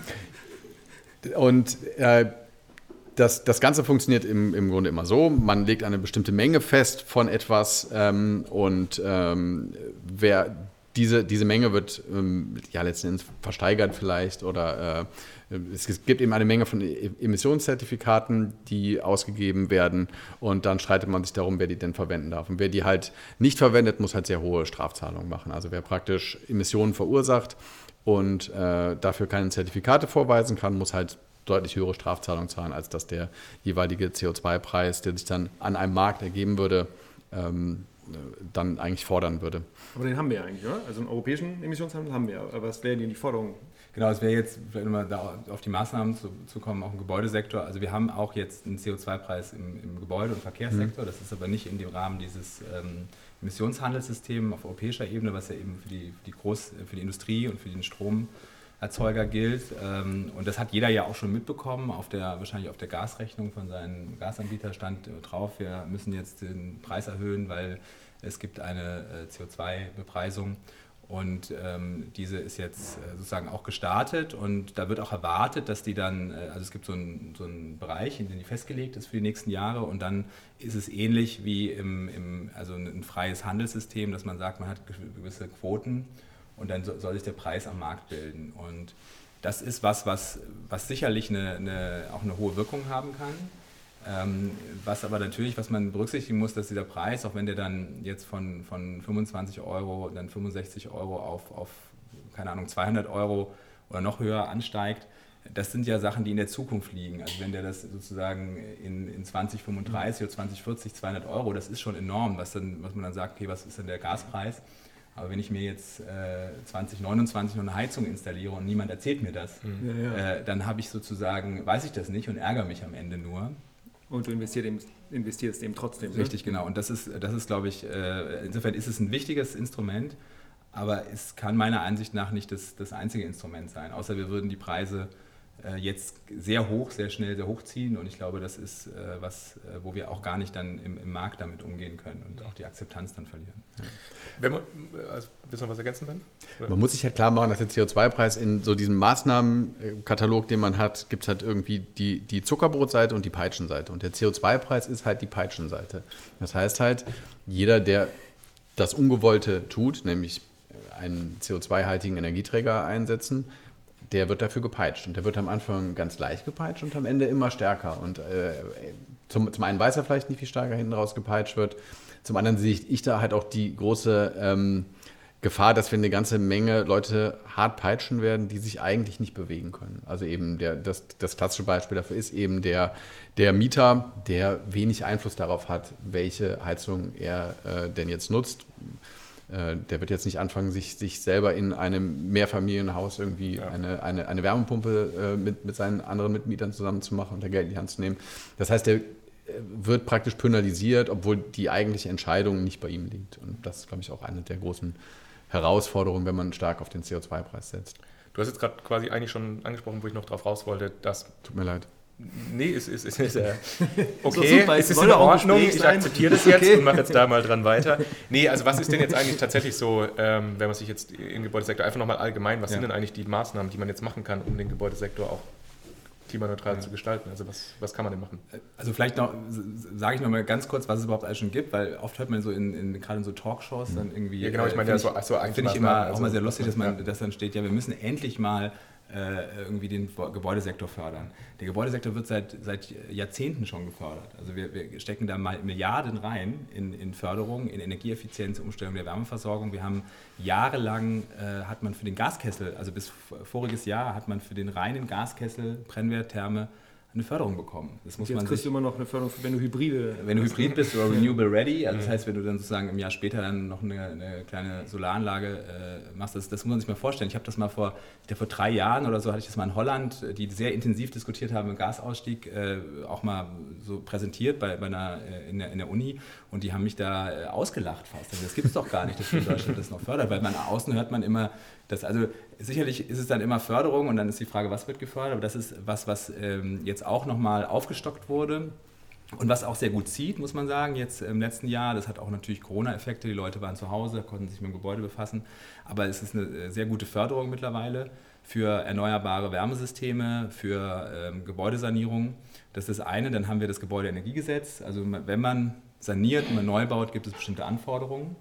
und äh, das, das Ganze funktioniert im, im Grunde immer so. Man legt eine bestimmte Menge fest von etwas ähm, und ähm, wer diese, diese Menge wird ähm, ja letzten Endes versteigert vielleicht oder äh, es gibt eben eine Menge von Emissionszertifikaten, die ausgegeben werden und dann streitet man sich darum, wer die denn verwenden darf. Und wer die halt nicht verwendet, muss halt sehr hohe Strafzahlungen machen. Also wer praktisch Emissionen verursacht und äh, dafür keine Zertifikate vorweisen kann, muss halt deutlich höhere Strafzahlungen zahlen, als dass der jeweilige C O zwei Preis, der sich dann an einem Markt ergeben würde, ähm, dann eigentlich fordern würde. Aber den haben wir ja eigentlich, oder? Also einen europäischen Emissionshandel haben wir, aber was wäre denn die Forderung? Genau, es wäre jetzt, vielleicht nochmal da auf die Maßnahmen zu, zu kommen, auch im Gebäudesektor. Also wir haben auch jetzt einen C O zwei Preis im, im Gebäude- und Verkehrssektor. Mhm. Das ist aber nicht in dem Rahmen dieses ähm, Emissionshandelssystems auf europäischer Ebene, was ja eben für die, für die Groß-, für die Industrie und für den Stromerzeuger gilt. Ähm, und das hat jeder ja auch schon mitbekommen, auf der, wahrscheinlich auf der Gasrechnung von seinem Gasanbieter stand drauf, wir müssen jetzt den Preis erhöhen, weil es gibt eine äh, C O zwei Bepreisung. Und ähm, diese ist jetzt äh, sozusagen auch gestartet und da wird auch erwartet, dass die dann, äh, also es gibt so einen so einen Bereich, in dem die festgelegt ist für die nächsten Jahre und dann ist es ähnlich wie im, im also ein, ein freies Handelssystem, dass man sagt, man hat gewisse Quoten und dann so, soll sich der Preis am Markt bilden. Und das ist was, was, was sicherlich eine, eine, auch eine hohe Wirkung haben kann. Ähm, was aber natürlich, was man berücksichtigen muss, dass dieser Preis, auch wenn der dann jetzt von, von fünfundzwanzig Euro, dann fünfundsechzig Euro auf, auf, keine Ahnung, zweihundert Euro oder noch höher ansteigt, das sind ja Sachen, die in der Zukunft liegen. Also wenn der das sozusagen in, in zwanzig fünfunddreißig oder zwanzig vierzig zweihundert Euro, das ist schon enorm, was, dann, was man dann sagt, okay, was ist denn der Gaspreis? Aber wenn ich mir jetzt äh, zwanzig neunundzwanzig noch eine Heizung installiere und niemand erzählt mir das, mhm. ja, ja. Äh, dann habe ich sozusagen, weiß ich das nicht und ärgere mich am Ende nur. Und du investierst eben, investierst eben trotzdem. Richtig, ne? Genau. Und das ist, das ist, glaube ich, äh, insofern ist es ein wichtiges Instrument, aber es kann meiner Ansicht nach nicht das, das einzige Instrument sein, außer wir würden die Preise äh, jetzt sehr hoch, sehr schnell, sehr hoch ziehen und ich glaube, das ist äh, was, äh, wo wir auch gar nicht dann im, im Markt damit umgehen können und auch die Akzeptanz dann verlieren. Ja. Wenn man, also, willst du noch was ergänzen, Ben? Oder? Man muss sich halt klar machen, dass der C O zwei Preis in so diesem Maßnahmenkatalog, den man hat, gibt es halt irgendwie die, die Zuckerbrotseite und die Peitschenseite. Und der C O zwei Preis ist halt die Peitschenseite. Das heißt halt, jeder, der das Ungewollte tut, nämlich einen C O zwei haltigen Energieträger einsetzen, der wird dafür gepeitscht. Und der wird am Anfang ganz leicht gepeitscht und am Ende immer stärker. Und äh, zum, zum einen weiß er vielleicht nicht, wie stark er hinten raus gepeitscht wird. Zum anderen sehe ich, ich da halt auch die große ähm, Gefahr, dass wir eine ganze Menge Leute hart peitschen werden, die sich eigentlich nicht bewegen können. Also eben der, das, das klassische Beispiel dafür ist eben der, der Mieter, der wenig Einfluss darauf hat, welche Heizung er äh, denn jetzt nutzt. Äh, der wird jetzt nicht anfangen, sich, sich selber in einem Mehrfamilienhaus irgendwie ja. eine, eine, eine Wärmepumpe äh, mit, mit seinen anderen Mitmietern zusammen zu machen und da Geld in die Hand zu nehmen. Das heißt, der wird praktisch penalisiert, obwohl die eigentliche Entscheidung nicht bei ihm liegt. Und das ist, glaube ich, auch eine der großen Herausforderungen, wenn man stark auf den C O zwei Preis setzt. Du hast jetzt gerade quasi eigentlich schon angesprochen, wo ich noch drauf raus wollte, dass... Tut mir leid. Nee, es ist, ist, ist äh, okay, so super, es ist in Ordnung, ich akzeptiere das jetzt okay. und mache jetzt da mal dran weiter. Nee, also was ist denn jetzt eigentlich tatsächlich so, ähm, wenn man sich jetzt im Gebäudesektor, einfach nochmal allgemein, was ja. sind denn eigentlich die Maßnahmen, die man jetzt machen kann, um den Gebäudesektor auch klimaneutral ja. zu gestalten? Also was, was kann man denn machen? Also vielleicht noch, sage ich noch mal ganz kurz, was es überhaupt alles schon gibt, weil oft hört man so in, in gerade in so Talkshows mhm. dann irgendwie... Ja genau, ich meine ja so, so Finde ich immer also, auch mal sehr lustig, dass man ja. das dann steht, ja wir müssen endlich mal äh, irgendwie den Gebäudesektor fördern. Der Gebäudesektor wird seit, seit Jahrzehnten schon gefördert. Also wir, wir stecken da mal Milliarden rein in, in Förderung, in Energieeffizienz, Umstellung der Wärmeversorgung. Wir haben jahrelang, äh, hat man für den Gaskessel, also bis voriges Jahr hat man für den reinen Gaskessel, Brennwert, Therme, eine Förderung bekommen. Das muss Jetzt man kriegst sich, du immer noch eine Förderung, wenn du Hybride... Wenn du Hybrid bist oder Renewable Ready, also das heißt, wenn du dann sozusagen im Jahr später dann noch eine, eine kleine Solaranlage äh, machst, das, das muss man sich mal vorstellen. Ich habe das mal vor, ich vor drei Jahren oder so, hatte ich das mal in Holland, die sehr intensiv diskutiert haben im Gasausstieg, äh, auch mal so präsentiert bei, bei einer, äh, in, der, in der Uni und die haben mich da äh, ausgelacht fast. Also das gibt es doch gar nicht, dass wir in Deutschland das noch fördert, weil man außen hört man immer, dass, also sicherlich ist es dann immer Förderung und dann ist die Frage, was wird gefördert, aber das ist was, was ähm, jetzt auch nochmal aufgestockt wurde Und was auch sehr gut zieht, muss man sagen, jetzt im letzten Jahr, das hat auch natürlich Corona-Effekte, die Leute waren zu Hause, konnten sich mit dem Gebäude befassen, aber es ist eine sehr gute Förderung mittlerweile für erneuerbare Wärmesysteme, für ähm, Gebäudesanierung. Das ist das eine. Dann haben wir das Gebäudeenergiegesetz. Also wenn man saniert und man neu baut, gibt es bestimmte Anforderungen.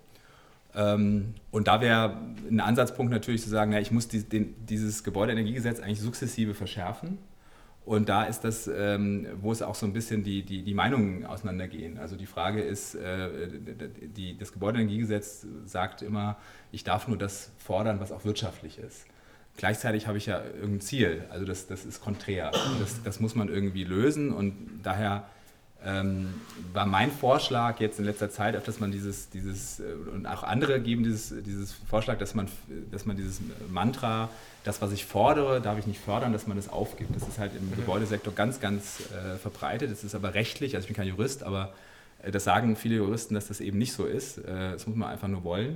Ähm, und da wäre ein Ansatzpunkt natürlich zu sagen, na, ich muss die, den, dieses Gebäudeenergiegesetz eigentlich sukzessive verschärfen. Und da ist das, ähm, wo es auch so ein bisschen die, die, die Meinungen auseinandergehen. Also die Frage ist, äh, die, das Gebäudeenergiegesetz sagt immer, ich darf nur das fordern, was auch wirtschaftlich ist. Gleichzeitig habe ich ja irgendein Ziel, also das, das ist konträr. Das, das muss man irgendwie lösen und daher ähm, war mein Vorschlag jetzt in letzter Zeit, dass man dieses, dieses und auch andere geben dieses, dieses Vorschlag, dass man, dass man dieses Mantra, das, was ich fordere, darf ich nicht fördern, dass man das aufgibt. Das ist halt im Gebäudesektor ganz, ganz äh, verbreitet. Das ist aber rechtlich, also ich bin kein Jurist, aber äh, das sagen viele Juristen, dass das eben nicht so ist. Äh, das muss man einfach nur wollen.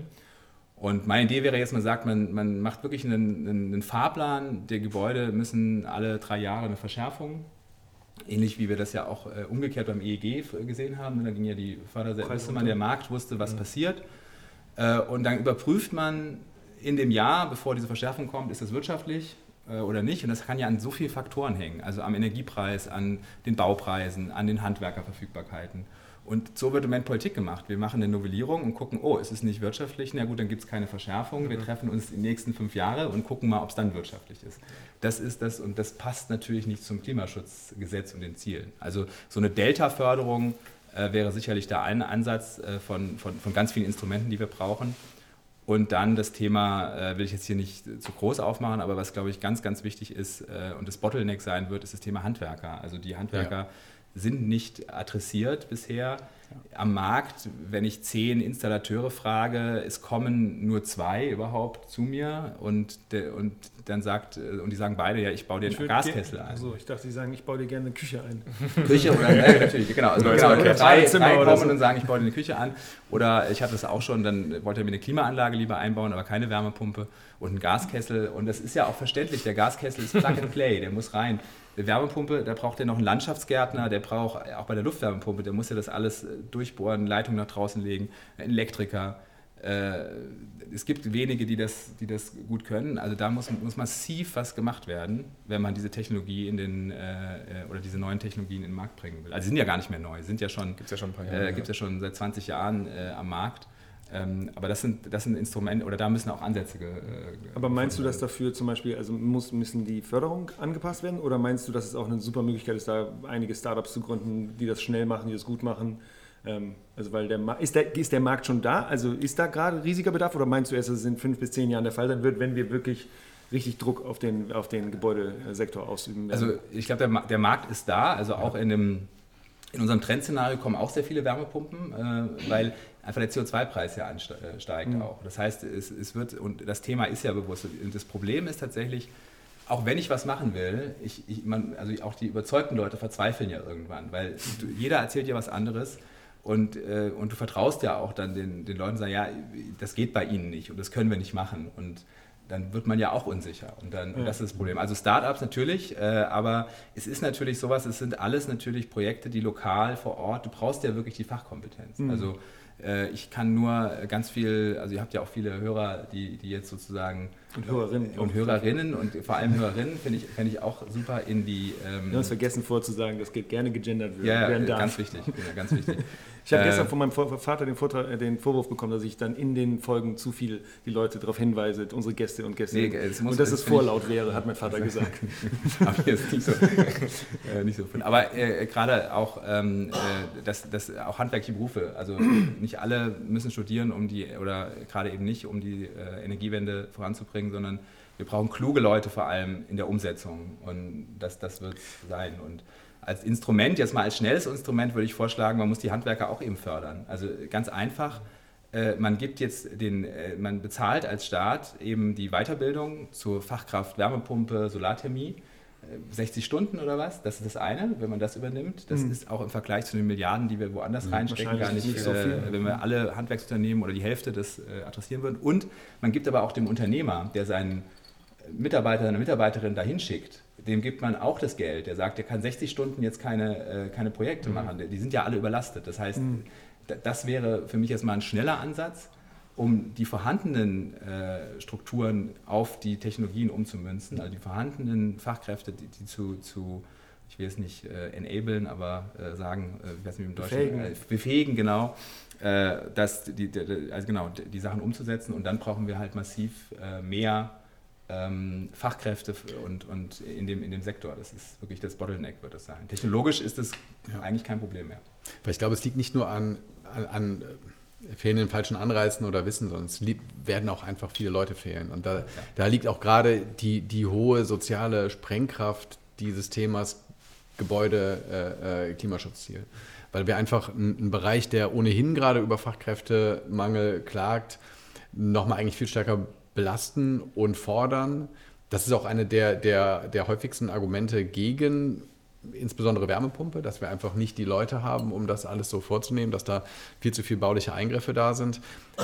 Und meine Idee wäre jetzt, man sagt, man, man macht wirklich einen, einen, einen Fahrplan. Die Gebäude müssen alle drei Jahre eine Verschärfung. Ähnlich wie wir das ja auch äh, umgekehrt beim E E G gesehen haben. Da ging ja die Förderseite, wusste man, der Markt wusste, was mhm. passiert. Äh, und dann überprüft man in dem Jahr, bevor diese Verschärfung kommt, ist das wirtschaftlich äh, oder nicht. Und das kann ja an so vielen Faktoren hängen. Also am Energiepreis, an den Baupreisen, an den Handwerkerverfügbarkeiten. Und so wird im Moment Politik gemacht. Wir machen eine Novellierung und gucken, oh, ist es nicht wirtschaftlich? Na gut, dann gibt es keine Verschärfung. Wir treffen uns die nächsten fünf Jahre und gucken mal, ob es dann wirtschaftlich ist. Das ist das und das passt natürlich nicht zum Klimaschutzgesetz und den Zielen. Also so eine Delta-Förderung äh, wäre sicherlich da ein Ansatz äh, von, von, von ganz vielen Instrumenten, die wir brauchen. Und dann das Thema, äh, will ich jetzt hier nicht zu groß aufmachen, aber was, glaube ich, ganz, ganz wichtig ist äh, und das Bottleneck sein wird, ist das Thema Handwerker. Also die Handwerker ja. sind nicht adressiert bisher. Am Markt, wenn ich zehn Installateure frage, es kommen nur zwei überhaupt zu mir und, de, und dann sagt, und die sagen beide, ja, ich baue dir einen Gaskessel ein. Also ich dachte, sie sagen, ich baue dir gerne eine Küche ein. Küche oder äh, natürlich, genau. Also genau, okay. drei, drei kommen so. Und sagen, ich baue dir eine Küche an. Oder ich hatte das auch schon, dann wollte er mir eine Klimaanlage lieber einbauen, aber keine Wärmepumpe und einen Gaskessel. Und das ist ja auch verständlich, der Gaskessel ist Plug and Play, der muss rein. Eine Wärmepumpe, da braucht er noch einen Landschaftsgärtner, der braucht auch bei der Luftwärmepumpe, der muss ja das alles durchbohren, Leitung nach draußen legen, ein Elektriker. Äh, es gibt wenige, die das, die das gut können. Also da muss, muss massiv was gemacht werden, wenn man diese Technologie in den äh, oder diese neuen Technologien in den Markt bringen will. Also sie sind ja gar nicht mehr neu, sind ja schon, gibt's ja schon ein paar Jahre, äh, gibt's ja schon seit zwanzig Jahren äh, am Markt. Ähm, aber das sind, das sind Instrumente, oder da müssen auch Ansätze. Äh, aber meinst du, dass dafür zum Beispiel, also muss, müssen die Förderung angepasst werden? Oder meinst du, dass es auch eine super Möglichkeit ist, da einige Startups zu gründen, die das schnell machen, die das gut machen? Ähm, also weil der ist, der, ist der Markt schon da? Also ist da gerade riesiger Bedarf? Oder meinst du erst, dass es in fünf bis zehn Jahren der Fall sein wird, wenn wir wirklich richtig Druck auf den, auf den Gebäudesektor ausüben werden? Also ich glaube, der, der Markt ist da. Also auch in dem In unserem Trendszenario kommen auch sehr viele Wärmepumpen, äh, weil einfach der C O zwei Preis ja ansteigt mhm. auch. Das heißt, es, es wird, und das Thema ist ja bewusst. Und das Problem ist tatsächlich, auch wenn ich was machen will, ich, ich, man, also auch die überzeugten Leute verzweifeln ja irgendwann, weil du, jeder erzählt dir was anderes und, äh, und du vertraust ja auch dann den, den Leuten, sagen, ja, das geht bei ihnen nicht und das können wir nicht machen. Und dann wird man ja auch unsicher und dann ja. das ist das Problem. Also Startups natürlich, äh, aber es ist natürlich sowas, es sind alles natürlich Projekte, die lokal vor Ort, du brauchst ja wirklich die Fachkompetenz. Mhm. Also äh, ich kann nur ganz viel, also ihr habt ja auch viele Hörer, die, die jetzt sozusagen und Hörerinnen und Hörerinnen und vor allem Hörerinnen finde ich, find ich auch super in die... Ähm, wir haben es vergessen vorzusagen, das geht gerne gegendert wird. Ja, ja ganz wichtig, ja, ganz wichtig. Ich habe äh, gestern von meinem Vater den, Vortrag, den Vorwurf bekommen, dass ich dann in den Folgen zu viel die Leute darauf hinweise, unsere Gäste und Gäste. Nee, es muss, und dass es vorlaut wäre, hat mein Vater gesagt. Aber hier ist nicht so, äh, nicht so Aber äh, gerade auch, ähm, äh, dass, dass auch handwerkliche Berufe, also nicht alle müssen studieren, um die, oder gerade eben nicht, um die äh, Energiewende voranzubringen, sondern wir brauchen kluge Leute vor allem in der Umsetzung und das, das wird es sein. Und als Instrument, jetzt mal als schnelles Instrument, würde ich vorschlagen, man muss die Handwerker auch eben fördern. Also ganz einfach, äh, man gibt jetzt den, äh, man bezahlt als Staat eben die Weiterbildung zur Fachkraft Wärmepumpe, Solarthermie, äh, sechzig Stunden oder was, das ist das eine, wenn man das übernimmt. Das mhm. ist auch im Vergleich zu den Milliarden, die wir woanders mhm. reinstecken, gar nicht, nicht so viel. Äh, wenn wir alle Handwerksunternehmen oder die Hälfte das äh, adressieren würden. Und man gibt aber auch dem Unternehmer, der seinen Mitarbeiter, eine Mitarbeiterin dahin schickt, dem gibt man auch das Geld. Der sagt, der kann sechzig Stunden jetzt keine, äh, keine Projekte mhm. machen. Die sind ja alle überlastet. Das heißt, mhm. das wäre für mich erstmal ein schneller Ansatz, um die vorhandenen äh, Strukturen auf die Technologien umzumünzen, also die vorhandenen Fachkräfte, die, die zu, zu, ich will es nicht äh, enablen, aber äh, sagen, äh, ich weiß nicht, im Deutschen, befähigen, äh, befähigen genau, äh, dass die, die, also genau, die Sachen umzusetzen, und dann brauchen wir halt massiv äh, mehr ähm, Fachkräfte und, und in, dem, in dem Sektor. Das ist wirklich das Bottleneck, wird das sein. Technologisch ist das ja. eigentlich kein Problem mehr. Weil ich glaube, es liegt nicht nur an, an, an fehlenden falschen Anreizen oder Wissen, sondern es werden auch einfach viele Leute fehlen. Und da, ja. da liegt auch gerade die, die hohe soziale Sprengkraft dieses Themas Gebäude, äh, Klimaschutzziel. Weil wir einfach einen Bereich, der ohnehin gerade über Fachkräftemangel klagt, nochmal eigentlich viel stärker belasten und fordern. Das ist auch eine der, der, der häufigsten Argumente gegen insbesondere Wärmepumpe, dass wir einfach nicht die Leute haben, um das alles so vorzunehmen, dass da viel zu viele bauliche Eingriffe da sind.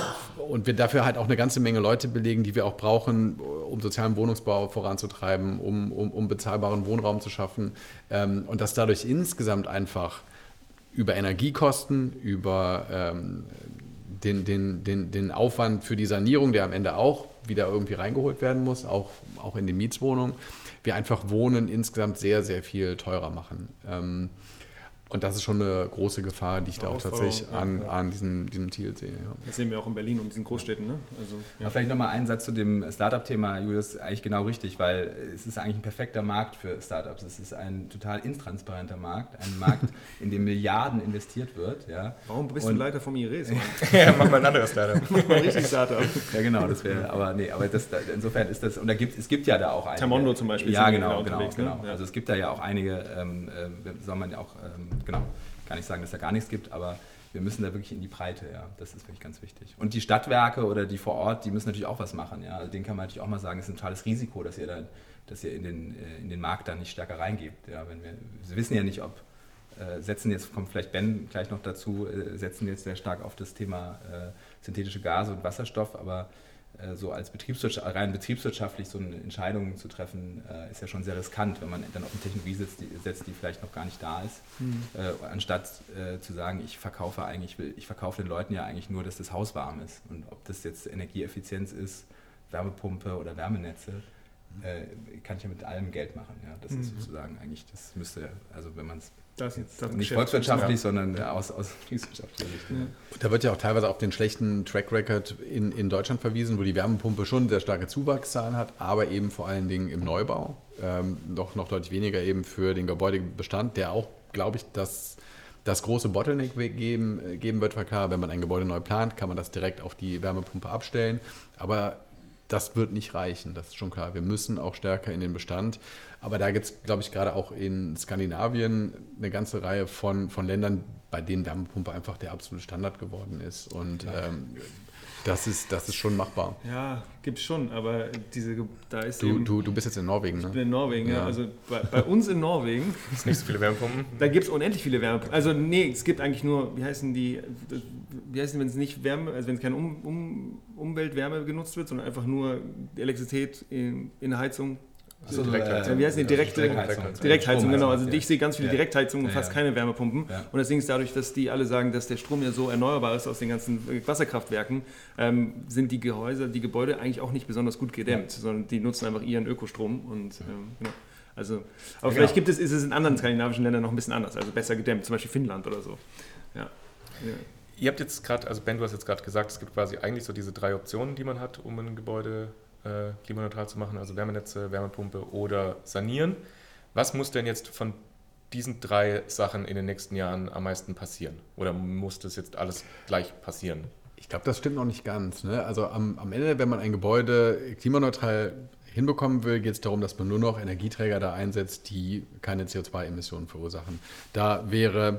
Und wir dafür halt auch eine ganze Menge Leute belegen, die wir auch brauchen, um sozialen Wohnungsbau voranzutreiben, um, um, um bezahlbaren Wohnraum zu schaffen. Und dass dadurch insgesamt einfach über Energiekosten, über ähm, den, den, den, den Aufwand für die Sanierung, der am Ende auch wieder irgendwie reingeholt werden muss, auch, auch in die Mietswohnungen, wir einfach Wohnen insgesamt sehr, sehr viel teurer machen. Ähm, und das ist schon eine große Gefahr, die ich da auch tatsächlich an, an diesem, diesem Ziel sehe. Ja. Das sehen wir auch in Berlin und diesen Großstädten. Ne? Also, ja. Vielleicht nochmal einen Satz zu dem Startup-Thema, Julius, eigentlich genau richtig, weil es ist eigentlich ein perfekter Markt für Startups. Es ist ein total intransparenter Markt, ein Markt, in dem Milliarden investiert wird. Ja. Warum bist und, du Leiter vom I R E S? Ja, mach mal ein anderes Startup. Mach mal richtig Startup. Ja, genau, das wäre, aber nee, aber das, insofern ist das, und da gibt es gibt ja da auch einige. Tamondo zum Beispiel. Ja, genau, genau, genau. Ne? Ja. Also es gibt da ja auch einige, ähm, äh, soll man ja auch, ähm, genau, kann nicht sagen, dass da gar nichts gibt, aber wir müssen da wirklich in die Breite, ja, das ist wirklich ganz wichtig. Und die Stadtwerke oder die vor Ort, die müssen natürlich auch was machen, ja, also denen kann man natürlich auch mal sagen, es ist ein totales Risiko, dass ihr da, dass ihr in den, in den Markt dann nicht stärker reingebt, ja, wenn wir, wir wissen ja nicht, ob, äh, setzen jetzt, kommt vielleicht Ben gleich noch dazu, äh, setzen jetzt sehr stark auf das Thema äh, synthetische Gase und Wasserstoff, aber äh, so als Betriebswirtschaft, rein betriebswirtschaftlich so eine Entscheidung zu treffen, äh, ist ja schon sehr riskant, wenn man dann auf eine Technologie setzt, die, setzt, die vielleicht noch gar nicht da ist, mhm. äh, anstatt äh, zu sagen, ich verkaufe eigentlich, ich verkaufe den Leuten ja eigentlich nur, dass das Haus warm ist. Und ob das jetzt Energieeffizienz ist, Wärmepumpe oder Wärmenetze, äh, kann ich ja mit allem Geld machen. Ja? Das mhm. ist sozusagen eigentlich, das müsste, also wenn man es Das, das nicht volkswirtschaftlich, ja. sondern aus, aus betriebswirtschaftlicher Sicht. Ja. Da wird ja auch teilweise auf den schlechten Track Record in, in Deutschland verwiesen, wo die Wärmepumpe schon sehr starke Zuwachszahlen hat, aber eben vor allen Dingen im Neubau. Ähm, doch noch deutlich weniger eben für den Gebäudebestand, der auch, glaube ich, das, das große Bottleneck geben, geben wird. Weil klar, wenn man ein Gebäude neu plant, kann man das direkt auf die Wärmepumpe abstellen. Aber das wird nicht reichen, das ist schon klar. Wir müssen auch stärker in den Bestand. Aber da gibt es, glaube ich, gerade auch in Skandinavien eine ganze Reihe von, von Ländern, bei denen Wärmepumpe einfach der absolute Standard geworden ist. Und ja. ähm, das, ist, das ist schon machbar. Ja, gibt es schon, aber diese, da ist du, eben... Du, du bist jetzt in Norwegen, ne? Ich bin in Norwegen, ja. ja. Also bei, bei uns in Norwegen... Es gibt nicht so viele Wärmepumpen. Da gibt es unendlich viele Wärmepumpen. Also nee, es gibt eigentlich nur, wie heißen die, wie heißen die, wenn es nicht Wärme, also wenn es keine um, um, Umweltwärme genutzt wird, sondern einfach nur Elektrizität in, in der Heizung. Also Direktheizung. Wie heißt die? Direkte, Direktheizung, Direktheizung genau. Also ich sehe ganz viele ja. Direktheizungen und ja, fast ja. keine Wärmepumpen. Ja. Und das Ding ist dadurch, dass die alle sagen, dass der Strom ja so erneuerbar ist aus den ganzen Wasserkraftwerken, ähm, sind die Gehäuse, die Gebäude eigentlich auch nicht besonders gut gedämmt, ja. sondern die nutzen einfach ihren Ökostrom. Und, ähm, genau. Also, aber ja, vielleicht genau. gibt es, ist es in anderen skandinavischen Ländern noch ein bisschen anders, also besser gedämmt, zum Beispiel Finnland oder so. Ja. Ja. Ihr habt jetzt gerade, also Ben, du hast jetzt gerade gesagt, es gibt quasi eigentlich so diese drei Optionen, die man hat, um ein Gebäude äh, klimaneutral zu machen, also Wärmenetze, Wärmepumpe oder sanieren. Was muss denn jetzt von diesen drei Sachen in den nächsten Jahren am meisten passieren? Oder muss das jetzt alles gleich passieren? Ich glaube, das stimmt noch nicht ganz. Ne? Also am, am Ende, wenn man ein Gebäude klimaneutral hinbekommen will, geht es darum, dass man nur noch Energieträger da einsetzt, die keine C O zwei Emissionen verursachen. Da wäre...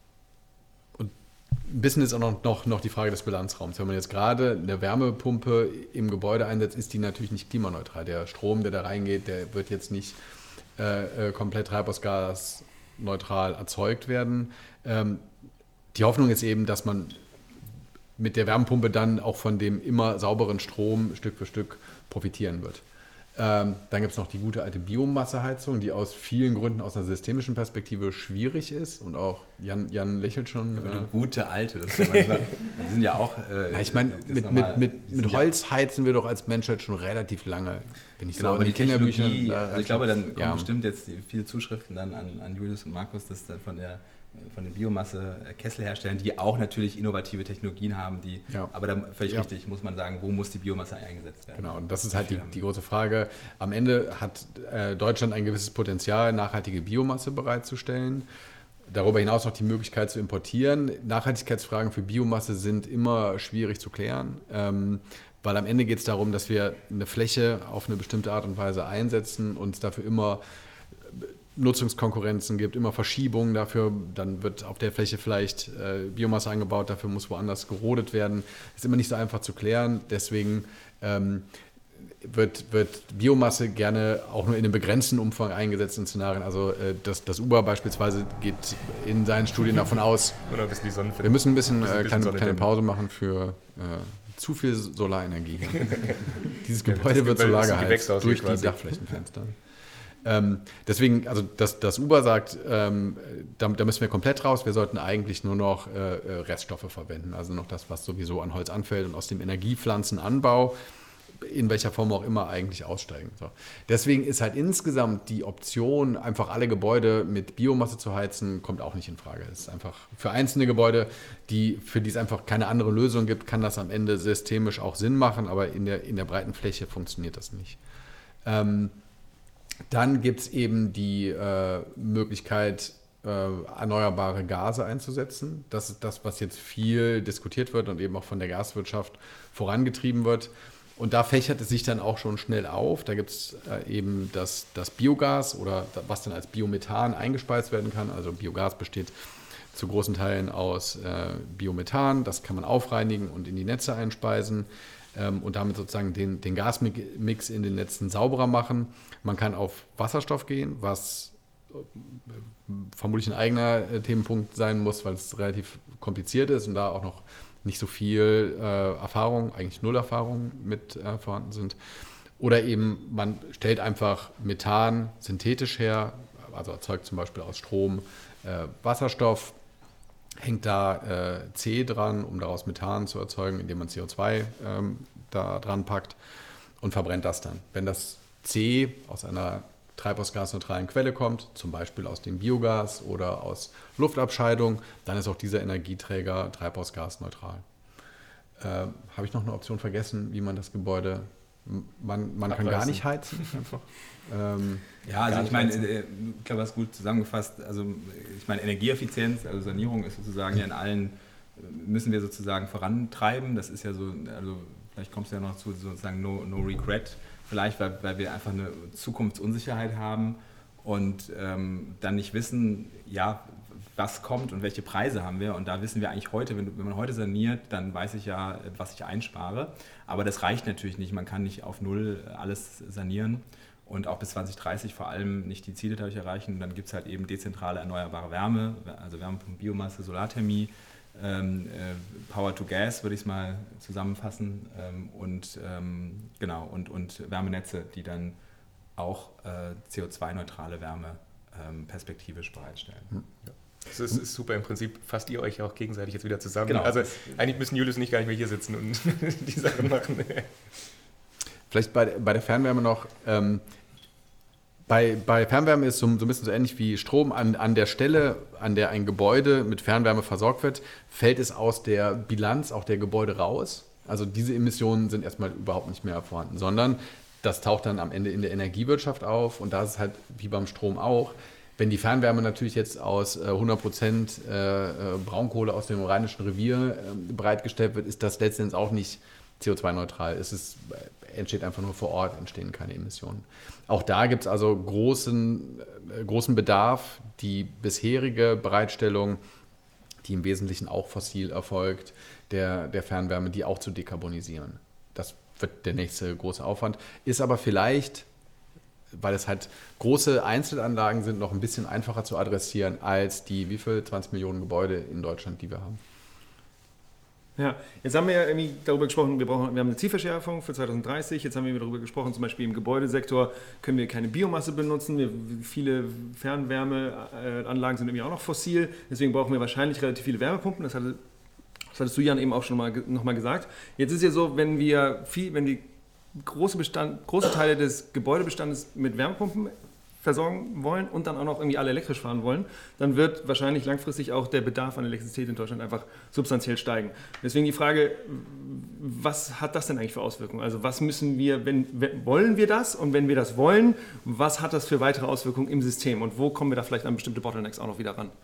Ein bisschen ist auch noch, noch, noch die Frage des Bilanzraums. Wenn man jetzt gerade eine Wärmepumpe im Gebäude einsetzt, ist die natürlich nicht klimaneutral. Der Strom, der da reingeht, der wird jetzt nicht äh, komplett treibhausgasneutral erzeugt werden. Ähm, die Hoffnung ist eben, dass man mit der Wärmepumpe dann auch von dem immer sauberen Strom Stück für Stück profitieren wird. Ähm, dann gibt es noch die gute alte Biomasseheizung, die aus vielen Gründen aus einer systemischen Perspektive schwierig ist und auch Jan, Jan lächelt schon. Ja, eine gute alte, das ist ja manchmal, die sind ja auch... Äh, ja, ich meine, mit, normal, mit, mit, mit Holz ja, heizen wir doch als Menschheit schon relativ lange. Wenn ich genau, so aber die Kinderbücher... Technologie, also ich glaube, dann kommen ja. bestimmt jetzt viele Zuschriften dann an, an Julius und Markus, dass dann von der von den Biomasse Kessel herstellen, die auch natürlich innovative Technologien haben, die, ja. aber dann völlig ja. richtig, muss man sagen, wo muss die Biomasse eingesetzt werden? Genau, und das ist halt die, die große Frage. Am Ende hat äh, Deutschland ein gewisses Potenzial, nachhaltige Biomasse bereitzustellen. Darüber hinaus noch die Möglichkeit zu importieren. Nachhaltigkeitsfragen für Biomasse sind immer schwierig zu klären, ähm, weil am Ende geht es darum, dass wir eine Fläche auf eine bestimmte Art und Weise einsetzen und dafür immer Nutzungskonkurrenzen gibt, immer Verschiebungen dafür, dann wird auf der Fläche vielleicht äh, Biomasse angebaut, dafür muss woanders gerodet werden. Ist immer nicht so einfach zu klären, deswegen ähm, wird, wird Biomasse gerne auch nur in einem begrenzten Umfang eingesetzt in Szenarien. Also äh, das, das Uber beispielsweise geht in seinen Studien davon aus, oder ein bisschen die Sonne wir müssen ein bisschen, äh, kleine, kleine Pause machen für äh, zu viel Solarenergie. Dieses Gebäude wird Solar geheizt durch die Dachflächenfenster. Ähm, deswegen, also dass das Uber sagt, ähm, da, da müssen wir komplett raus, wir sollten eigentlich nur noch äh, Reststoffe verwenden, also noch das, was sowieso an Holz anfällt und aus dem Energiepflanzenanbau, in welcher Form auch immer, eigentlich aussteigen. So. Deswegen ist halt insgesamt die Option, einfach alle Gebäude mit Biomasse zu heizen, kommt auch nicht in Frage. Es ist einfach für einzelne Gebäude, die, für die es einfach keine andere Lösung gibt, kann das am Ende systemisch auch Sinn machen, aber in der, in der breiten Fläche funktioniert das nicht. Ähm, Dann gibt es eben die äh, Möglichkeit, äh, erneuerbare Gase einzusetzen. Das ist das, was jetzt viel diskutiert wird und eben auch von der Gaswirtschaft vorangetrieben wird. Und da fächert es sich dann auch schon schnell auf. Da gibt es äh, eben das, das Biogas oder was dann als Biomethan eingespeist werden kann. Also Biogas besteht zu großen Teilen aus äh, Biomethan. Das kann man aufreinigen und in die Netze einspeisen und damit sozusagen den, den Gasmix in den Netzen sauberer machen. Man kann auf Wasserstoff gehen, was vermutlich ein eigener Themenpunkt sein muss, weil es relativ kompliziert ist und da auch noch nicht so viel äh, Erfahrung, eigentlich null Erfahrung mit äh, vorhanden sind. Oder eben man stellt einfach Methan synthetisch her, also erzeugt zum Beispiel aus Strom äh, Wasserstoff, hängt da äh, C dran, um daraus Methan zu erzeugen, indem man C O zwei ähm, da dran packt und verbrennt das dann. Wenn das C aus einer treibhausgasneutralen Quelle kommt, zum Beispiel aus dem Biogas oder aus Luftabscheidung, dann ist auch dieser Energieträger treibhausgasneutral. Äh, Habe ich noch eine Option vergessen, wie man das Gebäude, man, man kann gar nicht heizen einfach. Ähm, ja, also ich meine, ich glaube, das ist gut zusammengefasst. Also ich meine, Energieeffizienz, also Sanierung ist sozusagen ja in allen, müssen wir sozusagen vorantreiben. Das ist ja so, also vielleicht kommst du ja noch zu sozusagen no, no regret, vielleicht, weil, weil wir einfach eine Zukunftsunsicherheit haben und ähm, dann nicht wissen, ja, was kommt und welche Preise haben wir. Und da wissen wir eigentlich heute, wenn, wenn man heute saniert, dann weiß ich ja, was ich einspare. Aber das reicht natürlich nicht. Man kann nicht auf Null alles sanieren. Und auch bis zwanzig dreißig vor allem nicht die Ziele dadurch erreichen. Und dann gibt es halt eben dezentrale erneuerbare Wärme, also Wärmepumpe, Biomasse, Solarthermie, ähm, äh, Power to Gas würde ich es mal zusammenfassen ähm, und, ähm, genau, und, und Wärmenetze, die dann auch äh, C O zwei neutrale Wärme ähm, perspektivisch bereitstellen. Ja. Das ist, ist super, im Prinzip fasst ihr euch auch gegenseitig jetzt wieder zusammen. Genau. Also eigentlich müssen Julius und ich gar nicht mehr hier sitzen und die Sachen machen. Vielleicht bei, bei der Fernwärme noch, ähm, bei, bei Fernwärme ist so, so ein bisschen so ähnlich wie Strom, an, an der Stelle, an der ein Gebäude mit Fernwärme versorgt wird, fällt es aus der Bilanz auch der Gebäude raus. Also diese Emissionen sind erstmal überhaupt nicht mehr vorhanden, sondern das taucht dann am Ende in der Energiewirtschaft auf und da ist es halt wie beim Strom auch. Wenn die Fernwärme natürlich jetzt aus hundert Prozent Braunkohle aus dem Rheinischen Revier bereitgestellt wird, ist das letztendlich auch nicht C O zwei neutral. Es ist, entsteht einfach nur vor Ort, entstehen keine Emissionen. Auch da gibt es also großen, großen Bedarf. Die bisherige Bereitstellung, die im Wesentlichen auch fossil erfolgt, der, der Fernwärme, die auch zu dekarbonisieren. Das wird der nächste große Aufwand. Ist aber vielleicht, weil es halt große Einzelanlagen sind, noch ein bisschen einfacher zu adressieren als die, wie viel, zwanzig Millionen Gebäude in Deutschland, die wir haben. Ja, jetzt haben wir ja irgendwie darüber gesprochen, wir, brauchen, wir haben eine Zielverschärfung für zwanzig dreißig, jetzt haben wir darüber gesprochen, zum Beispiel im Gebäudesektor können wir keine Biomasse benutzen, wir, viele Fernwärmeanlagen sind irgendwie auch noch fossil, deswegen brauchen wir wahrscheinlich relativ viele Wärmepumpen, das, hatte, das hattest du, Jan, eben auch schon mal, noch mal gesagt. Jetzt ist ja so, wenn wir, viel, wenn wir große, Bestand, große Teile des Gebäudebestandes mit Wärmepumpen versorgen wollen und dann auch noch irgendwie alle elektrisch fahren wollen, dann wird wahrscheinlich langfristig auch der Bedarf an Elektrizität in Deutschland einfach substanziell steigen. Deswegen die Frage, was hat das denn eigentlich für Auswirkungen? Also was müssen wir, wenn, wollen wir das? Und wenn wir das wollen, was hat das für weitere Auswirkungen im System? Und wo kommen wir da vielleicht an bestimmte Bottlenecks auch noch wieder ran?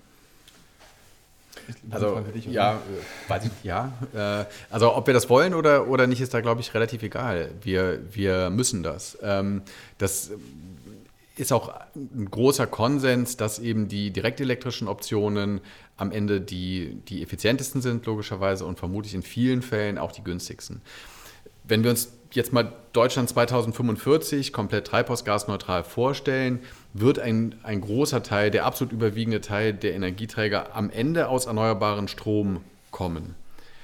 Also, ja, weiß ich, ja. Äh, also, ob wir das wollen oder, oder nicht, ist da, glaube ich, relativ egal. Wir, wir müssen das. Ähm, das ist auch ein großer Konsens, dass eben die direktelektrischen Optionen am Ende die, die effizientesten sind, logischerweise, und vermutlich in vielen Fällen auch die günstigsten. Wenn wir uns jetzt mal Deutschland zweitausendfünfundvierzig komplett treibhausgasneutral vorstellen, wird ein, ein großer Teil, der absolut überwiegende Teil der Energieträger am Ende aus erneuerbaren Strom kommen.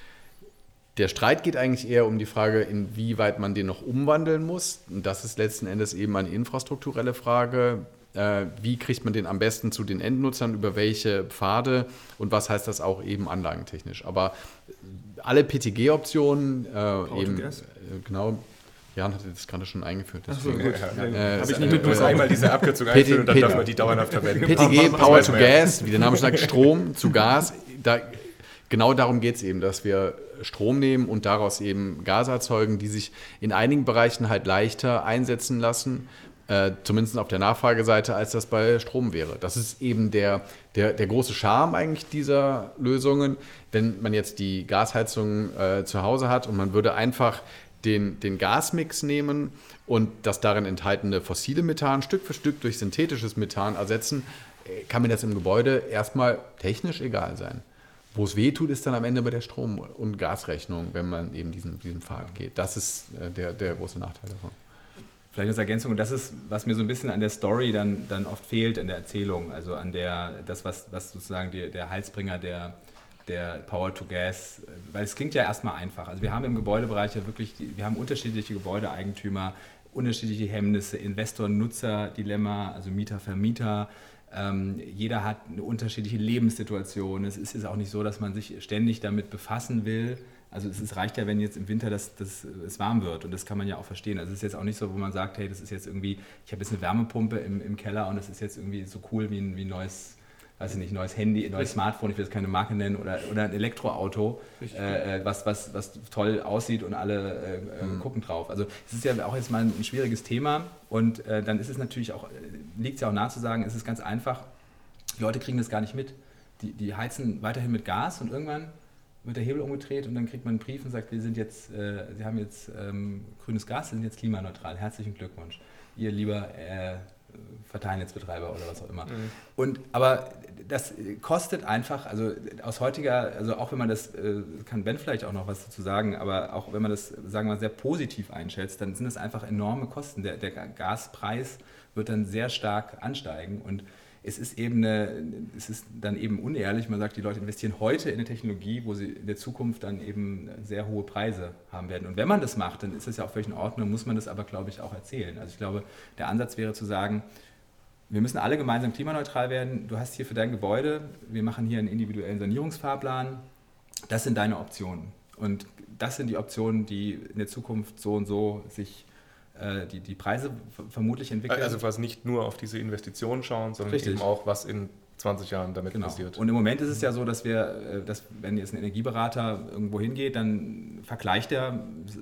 Der Streit geht eigentlich eher um die Frage, inwieweit man den noch umwandeln muss. Und das ist letzten Endes eben eine infrastrukturelle Frage. Äh, wie kriegt man den am besten zu den Endnutzern, über welche Pfade und was heißt das auch eben anlagentechnisch. Aber alle P T G-Optionen, äh, eben, äh, genau, Jan hatte das gerade schon eingeführt. Deswegen, so, gut. Ja, ja. Äh, Habe ich nicht mitbekommen. Einmal diese Abkürzung einführen und dann darf man die dauerhaft verwenden. P T G, Power to Gas, wie der Name schon sagt, Strom zu Gas. Da, genau darum geht es eben, dass wir Strom nehmen und daraus eben Gase erzeugen, die sich in einigen Bereichen halt leichter einsetzen lassen, äh, zumindest auf der Nachfrageseite, als das bei Strom wäre. Das ist eben der, der, der große Charme eigentlich dieser Lösungen, wenn man jetzt die Gasheizung äh, zu Hause hat und man würde einfach den, den Gasmix nehmen und das darin enthaltene fossile Methan Stück für Stück durch synthetisches Methan ersetzen, kann mir das im Gebäude erstmal technisch egal sein. Wo es weh tut, ist dann am Ende bei der Strom- und Gasrechnung, wenn man eben diesen, diesen Pfad geht. Das ist äh, der, der große Nachteil davon. Vielleicht als Ergänzung, und das ist, was mir so ein bisschen an der Story dann, dann oft fehlt, in der Erzählung, also an der, das, was, was sozusagen die, der Heilsbringer der, der Power to Gas, weil es klingt ja erstmal einfach. Also wir haben im Gebäudebereich ja wirklich, wir haben unterschiedliche Gebäudeeigentümer, unterschiedliche Hemmnisse, Investor-Nutzer-Dilemma, also Mieter-Vermieter. Ähm, jeder hat eine unterschiedliche Lebenssituation. Es ist jetzt auch nicht so, dass man sich ständig damit befassen will. Also es ist, reicht ja, wenn jetzt im Winter das, das, es warm wird, und das kann man ja auch verstehen. Also es ist jetzt auch nicht so, wo man sagt, hey, das ist jetzt irgendwie, ich habe jetzt eine Wärmepumpe im, im Keller und das ist jetzt irgendwie so cool wie ein, wie ein neues, weiß ich nicht, neues Handy, neues Richtig. Smartphone, ich will jetzt keine Marke nennen, oder, oder ein Elektroauto, äh, was, was, was toll aussieht und alle äh, mhm. gucken drauf. Also es ist ja auch jetzt mal ein schwieriges Thema, und äh, dann ist es natürlich auch, liegt es ja auch nahe zu sagen, es ist ganz einfach, die Leute kriegen das gar nicht mit. Die, die heizen weiterhin mit Gas und irgendwann wird der Hebel umgedreht und dann kriegt man einen Brief und sagt, wir sind jetzt, äh, Sie haben jetzt ähm, grünes Gas, Sie sind jetzt klimaneutral. Herzlichen Glückwunsch. Ihr lieber äh, Verteilnetzbetreiber oder was auch immer. Mhm. Und, aber das kostet einfach, also aus heutiger, also auch wenn man das, äh, kann Ben vielleicht auch noch was dazu sagen, aber auch wenn man das, sagen wir mal, sehr positiv einschätzt, dann sind das einfach enorme Kosten. Der, der Gaspreis wird dann sehr stark ansteigen, und es ist eben eine, es ist dann eben unehrlich, man sagt, die Leute investieren heute in eine Technologie, wo sie in der Zukunft dann eben sehr hohe Preise haben werden. Und wenn man das macht, dann ist das ja auch völlig in Ordnung, muss man das aber, glaube ich, auch erzählen. Also ich glaube, der Ansatz wäre zu sagen, wir müssen alle gemeinsam klimaneutral werden. Du hast hier für dein Gebäude, wir machen hier einen individuellen Sanierungsfahrplan. Das sind deine Optionen. Und das sind die Optionen, die in der Zukunft so und so sich Die, die Preise vermutlich entwickeln. Also was nicht nur auf diese Investitionen schauen, sondern Richtig. eben auch, was in zwanzig Jahren damit genau. passiert. Und im Moment ist es ja so, dass wir, dass wenn jetzt ein Energieberater irgendwo hingeht, dann vergleicht er,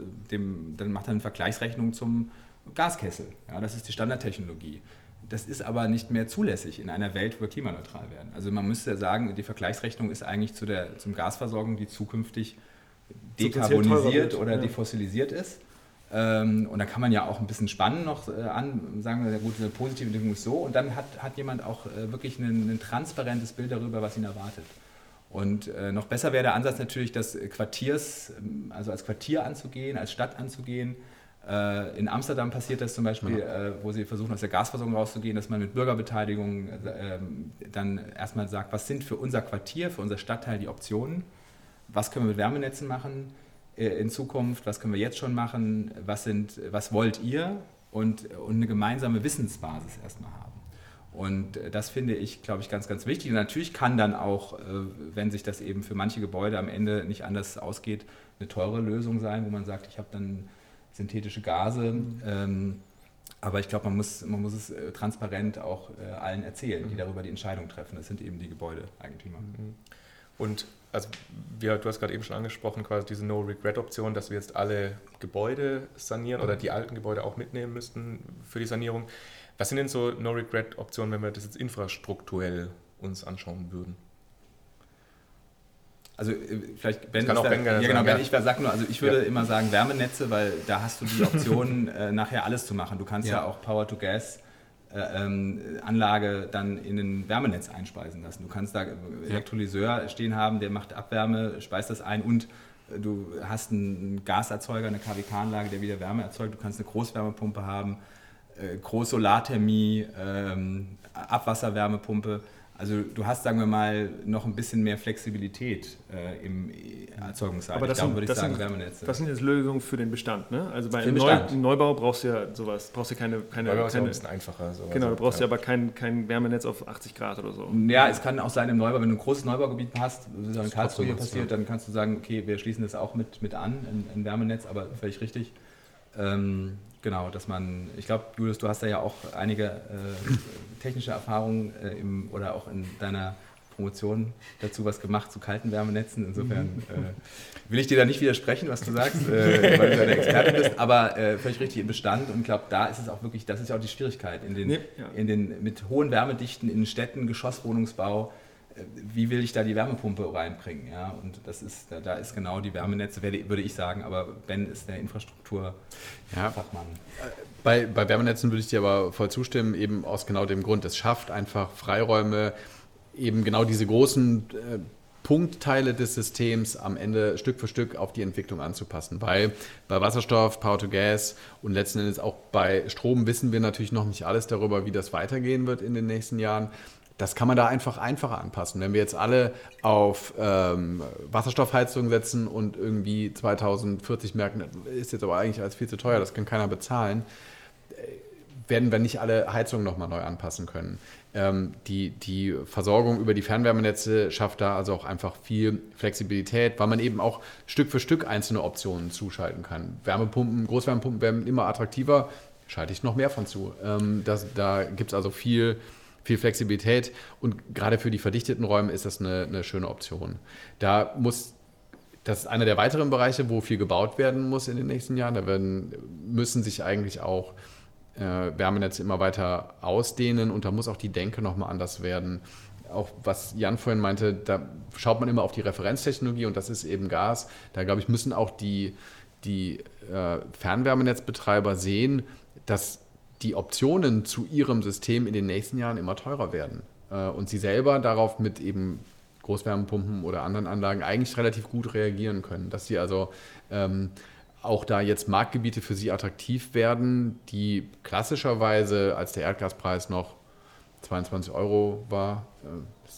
dem, dann macht er eine Vergleichsrechnung zum Gaskessel. Ja, das ist die Standardtechnologie. Das ist aber nicht mehr zulässig in einer Welt, wo wir klimaneutral werden. Also man müsste sagen, die Vergleichsrechnung ist eigentlich zu der zum Gasversorgung, die zukünftig dekarbonisiert oder ja. defossilisiert ist. Und da kann man ja auch ein bisschen spannen noch an, sagen wir, gut, eine positive Entwicklung ist so, und dann hat, hat jemand auch wirklich ein, ein transparentes Bild darüber, was ihn erwartet. Und noch besser wäre der Ansatz natürlich, das Quartiers, also als Quartier anzugehen, als Stadt anzugehen. In Amsterdam passiert das zum Beispiel, ja. wo sie versuchen, aus der Gasversorgung rauszugehen, dass man mit Bürgerbeteiligung dann erstmal sagt, was sind für unser Quartier, für unser Stadtteil die Optionen. was können wir mit Wärmenetzen machen in Zukunft, was können wir jetzt schon machen, was, sind, was wollt ihr und, und eine gemeinsame Wissensbasis erstmal haben. Und das finde ich, glaube ich, ganz, ganz wichtig. Und natürlich kann dann auch, wenn sich das eben für manche Gebäude am Ende nicht anders ausgeht, eine teure Lösung sein, wo man sagt, ich habe dann synthetische Gase. Mhm. Ähm, aber ich glaube, man muss, man muss es transparent auch allen erzählen, die darüber die Entscheidung treffen. Das sind eben die Gebäudeeigentümer. Und also wir, du hast gerade eben schon angesprochen, quasi diese No-Regret-Option, dass wir jetzt alle Gebäude sanieren oder die alten Gebäude auch mitnehmen müssten für die Sanierung. Was sind denn so No-Regret-Optionen, wenn wir das jetzt infrastrukturell uns anschauen würden? Also vielleicht, Ben, kann auch da, Ben ja, sagen, genau, ja. Ben, ich sag nur, also ich würde ja. immer sagen Wärmenetze, weil da hast du die Option, äh, nachher alles zu machen. Du kannst ja, ja auch Power-to-Gas äh, ähm, Anlage dann in ein Wärmenetz einspeisen lassen. Du kannst da Elektrolyseur stehen haben, der macht Abwärme, speist das ein und äh, du hast einen Gaserzeuger, eine K W K-Anlage, der wieder Wärme erzeugt. Du kannst eine Großwärmepumpe haben, äh, Großsolarthermie, ähm, Abwasserwärmepumpe. Also du hast, sagen wir mal, noch ein bisschen mehr Flexibilität äh, im Erzeugungsseite. Aber das, Darum sind, würde ich das, sagen, sind, Wärmenetze. das sind jetzt Lösungen für den Bestand, ne? Also bei Für den Neu, Bestand. Neubau brauchst du ja sowas, brauchst du keine... keine, Neubau ist ja keine ein bisschen einfacher. So. Genau, du brauchst ja, ja aber kein, kein Wärmenetz auf achtzig Grad oder so. Ja, es kann auch sein im Neubau, wenn du ein großes Neubaugebiet hast, wie so in Karlsruhe hier was, passiert, ja. dann kannst du sagen, okay, wir schließen das auch mit, mit an, ein, ein Wärmenetz, aber völlig richtig. Ähm, genau, dass man, ich glaube, Julius, du hast da ja auch einige äh, technische Erfahrungen äh, im, oder auch in deiner Promotion dazu was gemacht zu kalten Wärmenetzen. Insofern äh, will ich dir da nicht widersprechen, was du sagst, äh, weil du ja der Experte bist, aber äh, völlig richtig im Bestand und ich glaube, da ist es auch wirklich, das ist ja auch die Schwierigkeit in den, Nee, ja. in den mit hohen Wärmedichten in Städten, Geschosswohnungsbau, äh, wie will ich da die Wärmepumpe reinbringen? Ja? Und das ist, da, da ist genau die Wärmenetze, würde ich sagen, aber Ben ist der Infrastrukturfachmann. Ja. Bei, bei Wärmenetzen würde ich dir aber voll zustimmen, eben aus genau dem Grund, es schafft einfach Freiräume, eben genau diese großen äh, Punktteile des Systems am Ende Stück für Stück auf die Entwicklung anzupassen. Weil bei Wasserstoff, Power-to-Gas und letzten Endes auch bei Strom wissen wir natürlich noch nicht alles darüber, wie das weitergehen wird in den nächsten Jahren. Das kann man da einfach einfacher anpassen. Wenn wir jetzt alle auf ähm, Wasserstoffheizung setzen und irgendwie zweitausendvierzig merken, das ist jetzt aber eigentlich alles viel zu teuer, das kann keiner bezahlen, werden wir nicht alle Heizungen nochmal neu anpassen können. Ähm, die, die Versorgung über die Fernwärmenetze schafft da also auch einfach viel Flexibilität, weil man eben auch Stück für Stück einzelne Optionen zuschalten kann. Wärmepumpen, Großwärmepumpen werden immer attraktiver, schalte ich noch mehr von zu. Ähm, das, da gibt es also viel, viel Flexibilität und gerade für die verdichteten Räume ist das eine, eine schöne Option. Da muss Das ist einer der weiteren Bereiche, wo viel gebaut werden muss in den nächsten Jahren. Da werden, müssen sich eigentlich auch äh, Wärmenetze immer weiter ausdehnen und da muss auch die Denke nochmal anders werden. Auch was Jan vorhin meinte, da schaut man immer auf die Referenztechnologie und das ist eben Gas. Da, glaube ich, müssen auch die, die äh, Fernwärmenetzbetreiber sehen, dass die Optionen zu ihrem System in den nächsten Jahren immer teurer werden. Äh, und sie selber darauf mit eben Großwärmepumpen oder anderen Anlagen eigentlich relativ gut reagieren können. Dass sie also ähm, auch da jetzt Marktgebiete für sie attraktiv werden, die klassischerweise, als der Erdgaspreis noch zweiundzwanzig Euro war, äh,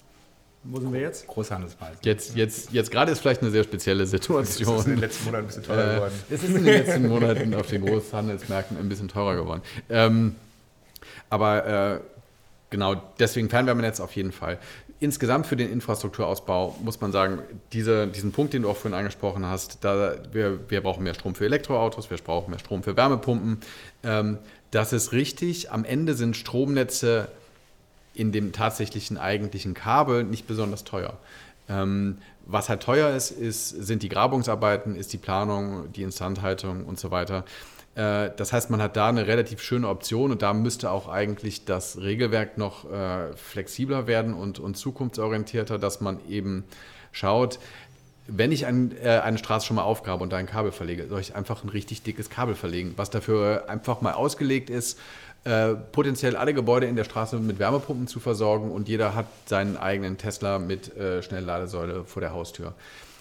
Wo sind wir jetzt? Großhandelspreis. Jetzt, jetzt, jetzt gerade ist vielleicht eine sehr spezielle Situation. Das ist in den letzten Monaten ein bisschen teurer geworden. Äh, es ist in den letzten Monaten auf den Großhandelsmärkten ein bisschen teurer geworden. Ähm, aber äh, genau, deswegen Fernwärmenetz auf jeden Fall. Insgesamt für den Infrastrukturausbau muss man sagen, diese, diesen Punkt, den du auch vorhin angesprochen hast, da wir, wir brauchen mehr Strom für Elektroautos, wir brauchen mehr Strom für Wärmepumpen. Ähm, das ist richtig. Am Ende sind Stromnetze in dem tatsächlichen eigentlichen Kabel nicht besonders teuer. Ähm, was halt teuer ist, ist, sind die Grabungsarbeiten, ist die Planung, die Instandhaltung und so weiter. Äh, das heißt, man hat da eine relativ schöne Option und da müsste auch eigentlich das Regelwerk noch äh, flexibler werden und, und zukunftsorientierter, dass man eben schaut, wenn ich ein, äh, eine Straße schon mal aufgrabe und da ein Kabel verlege, soll ich einfach ein richtig dickes Kabel verlegen, was dafür einfach mal ausgelegt ist, Äh, potenziell alle Gebäude in der Straße mit Wärmepumpen zu versorgen und jeder hat seinen eigenen Tesla mit äh, Schnellladesäule vor der Haustür.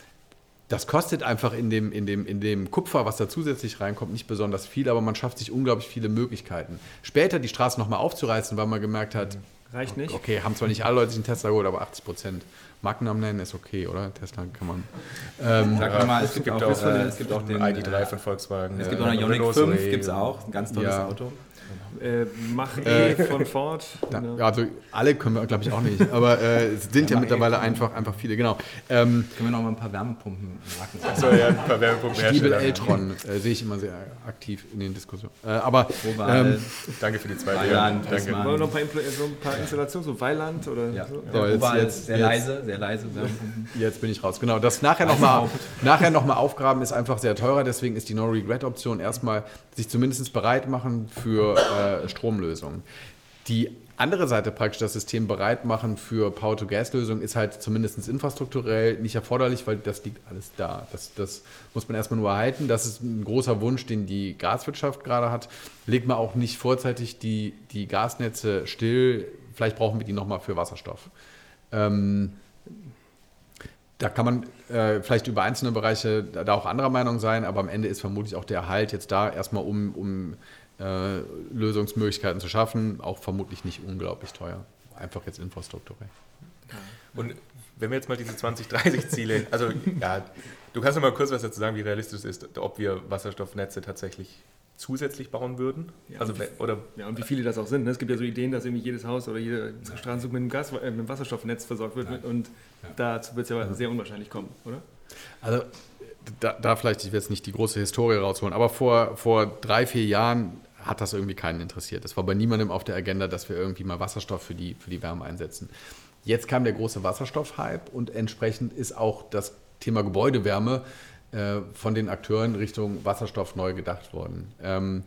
Das kostet einfach in dem, in, dem, in dem Kupfer, was da zusätzlich reinkommt, nicht besonders viel, aber man schafft sich unglaublich viele Möglichkeiten. Später die Straße nochmal aufzureißen, weil man gemerkt hat, Reicht nicht? Okay, haben zwar nicht alle Leute sich einen Tesla geholt, aber achtzig Prozent. Markennamen nennen ist okay, oder? Tesla kann man. Ähm, Sag mal, es, es gibt, gibt auch, auch, äh, es gibt auch den I D drei von Volkswagen. Es gibt äh, auch eine Ioniq Renault fünf, Zoe. gibt es auch, ein ganz tolles Ja. Auto. Äh, Mach-E von Ford. Da, Genau. also alle können wir, glaube ich, auch nicht. Aber äh, es sind ja, Ja, mittlerweile Mach-E. einfach, einfach viele, genau. Ähm, Können wir noch mal ein paar Wärmepumpen-Marken sagen? So, ja, ein paar Wärmepumpenhersteller. Stiebel Eltron äh, sehe ich immer sehr aktiv in den Diskussionen. Äh, aber Proval, ähm, Danke für die zweite. Weiland, Danke. Pressmann. Wollen wir noch ein paar, Impl- so ein paar Installationen, so Weiland oder ja. so? So, jetzt- Proval jetzt- ist sehr jetzt- leise, sehr leise Wärmepumpen. jetzt bin ich raus. Genau, das nachher nochmal nachher noch mal aufgraben ist einfach sehr teurer. Deswegen ist die No-Regret-Option erstmal sich zumindest bereit machen für äh, Stromlösungen. Die andere Seite praktisch, das System bereit machen für Power-to-Gas-Lösungen, ist halt zumindest infrastrukturell nicht erforderlich, weil das liegt alles da. Das, das muss man erstmal nur erhalten. Das ist ein großer Wunsch, den die Gaswirtschaft gerade hat. Legt man auch nicht vorzeitig die, die Gasnetze still. Vielleicht brauchen wir die nochmal für Wasserstoff. Ähm, Da kann man äh, vielleicht über einzelne Bereiche da, da auch anderer Meinung sein, aber am Ende ist vermutlich auch der Erhalt jetzt da erstmal, um, um äh, Lösungsmöglichkeiten zu schaffen, auch vermutlich nicht unglaublich teuer. Einfach jetzt infrastrukturell. Und wenn wir jetzt mal diese zwanzig dreißig Ziele, also ja, du kannst noch mal kurz was dazu sagen, wie realistisch es ist, ob wir Wasserstoffnetze tatsächlich zusätzlich bauen würden? Ja, Also, und wie- oder Ja, und wie viele das auch sind. Ne? Es gibt ja so Ideen, dass irgendwie jedes Haus oder jeder Straßenzug mit einem, Gas, äh, mit einem Wasserstoffnetz versorgt wird. Nein. Und Ja. dazu wird es ja sehr unwahrscheinlich kommen, oder? Also da, da vielleicht, ich will jetzt nicht die große Historie rausholen, aber vor, vor drei, vier Jahren hat das irgendwie keinen interessiert. Es war bei niemandem auf der Agenda, dass wir irgendwie mal Wasserstoff für die, für die Wärme einsetzen. Jetzt kam der große Wasserstoff-Hype und entsprechend ist auch das Thema Gebäudewärme äh, von den Akteuren Richtung Wasserstoff neu gedacht worden. Ähm,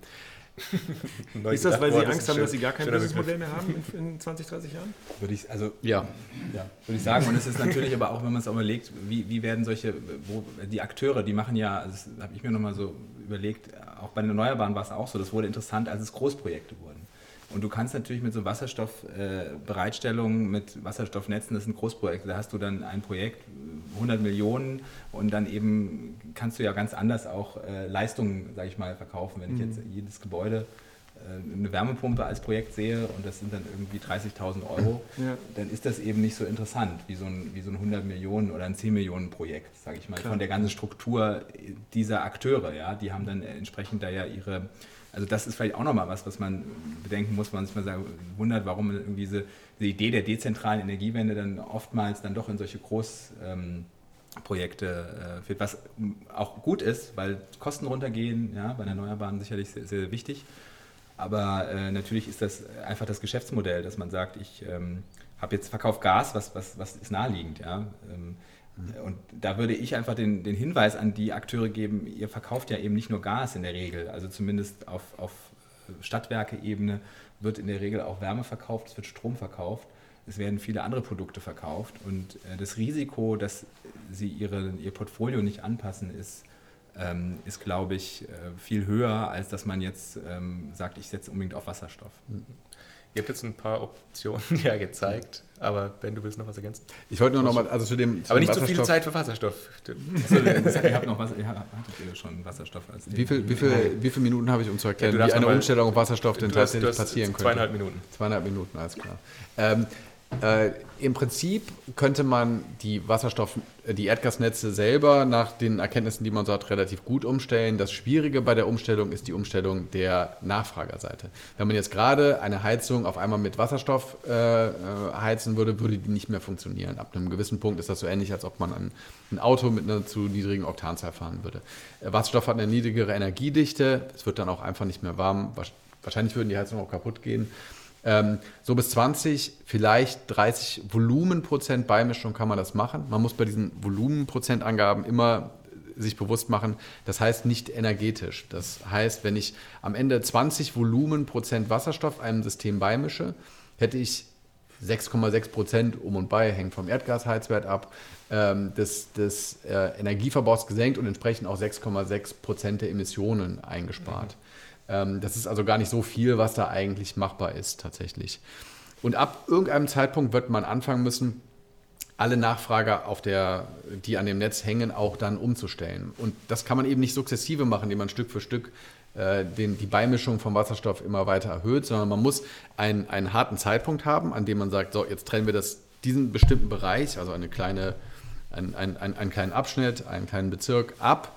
neu Ist das, gedacht weil Sie worden, Angst ein haben, dass schön- Sie gar kein schöner Businessmodell mehr haben in, in zwanzig, dreißig Jahren? Würde ich, also, ja, ja, würde ich sagen. Und es ist natürlich aber auch, wenn man es auch überlegt, wie, wie werden solche, wo, die Akteure, die machen ja, also das habe ich mir nochmal so überlegt, auch bei den Erneuerbaren war es auch so, das wurde interessant, als es Großprojekte wurden. Und du kannst natürlich mit so Wasserstoffbereitstellungen, äh, mit Wasserstoffnetzen, das sind Großprojekte, da hast du dann ein Projekt, hundert Millionen und dann eben kannst du ja ganz anders auch äh, Leistungen, sage ich mal, verkaufen. Wenn ich jetzt jedes Gebäude äh, eine Wärmepumpe als Projekt sehe und das sind dann irgendwie dreißigtausend Euro, Ja. dann ist das eben nicht so interessant wie so ein, wie so ein hundert Millionen oder ein zehn Millionen Projekt, sage ich mal, Klar. von der ganzen Struktur dieser Akteure. Ja? Die haben dann entsprechend da ja ihre, also das ist vielleicht auch nochmal was, was man bedenken muss, man sich mal sagen, wundert, warum irgendwie diese, diese Idee der dezentralen Energiewende dann oftmals dann doch in solche Großprojekte äh, führt, was auch gut ist, weil Kosten runtergehen, ja, bei den Erneuerbaren sicherlich sehr, sehr wichtig. Aber äh, natürlich ist das einfach das Geschäftsmodell, dass man sagt, ich ähm, habe jetzt verkauft Gas, was, was, was ist naheliegend. Ja? Ähm, und da würde ich einfach den, den Hinweis an die Akteure geben, ihr verkauft ja eben nicht nur Gas in der Regel, also zumindest auf, auf Stadtwerke-Ebene wird in der Regel auch Wärme verkauft, es wird Strom verkauft, es werden viele andere Produkte verkauft und äh, das Risiko, dass sie ihre, ihr Portfolio nicht anpassen, ist, ähm, ist glaube ich, äh, viel höher, als dass man jetzt ähm, sagt, ich setze unbedingt auf Wasserstoff. Ihr habt jetzt ein paar Optionen ja gezeigt, aber Ben, du willst noch was ergänzen? ich wollte nur noch mal, also zu dem, zu Aber dem nicht so viel Wasserstoff- Zeit für Wasserstoff. Achso, ihr habt noch was, ihr hattet ihr schon Wasserstoff als Wie, viel, wie, viel, wie viele Minuten habe ich, um zu erklären, Ja, du wie darfst eine noch mal- Umstellung auf Wasserstoff denn Du hast, du tatsächlich hast passieren könnte? zweieinhalb Minuten. Zweieinhalb Minuten, alles klar. Ähm, äh, Im Prinzip könnte man die Wasserstoff, die Erdgasnetze selber nach den Erkenntnissen, die man so hat, relativ gut umstellen. Das Schwierige bei der Umstellung ist die Umstellung der Nachfragerseite. Wenn man jetzt gerade eine Heizung auf einmal mit Wasserstoff äh, heizen würde, würde die nicht mehr funktionieren. Ab einem gewissen Punkt ist das so ähnlich, als ob man ein, ein Auto mit einer zu niedrigen Oktanzahl fahren würde. Äh, Wasserstoff hat eine niedrigere Energiedichte, es wird dann auch einfach nicht mehr warm. Wahrscheinlich würden die Heizungen auch kaputt gehen. Ähm, so bis zwanzig, vielleicht dreißig Volumenprozent Beimischung kann man das machen. Man muss bei diesen Volumenprozentangaben immer sich bewusst machen, das heißt nicht energetisch. Das heißt, wenn ich am Ende zwanzig Volumenprozent Wasserstoff einem System beimische, hätte ich sechs Komma sechs Prozent um und bei, hängt vom Erdgasheizwert ab, ähm, des, des äh, Energieverbrauchs gesenkt und entsprechend auch sechs Komma sechs Prozent der Emissionen eingespart. Mhm. Das ist also gar nicht so viel, was da eigentlich machbar ist tatsächlich. Und ab irgendeinem Zeitpunkt wird man anfangen müssen, alle Nachfrager, auf der, die an dem Netz hängen, auch dann umzustellen. Und das kann man eben nicht sukzessive machen, indem man Stück für Stück äh, den, die Beimischung vom Wasserstoff immer weiter erhöht, sondern man muss einen, einen harten Zeitpunkt haben, an dem man sagt, so, jetzt trennen wir das, diesen bestimmten Bereich, also eine kleine, ein, ein, ein, einen kleinen Abschnitt, einen kleinen Bezirk ab,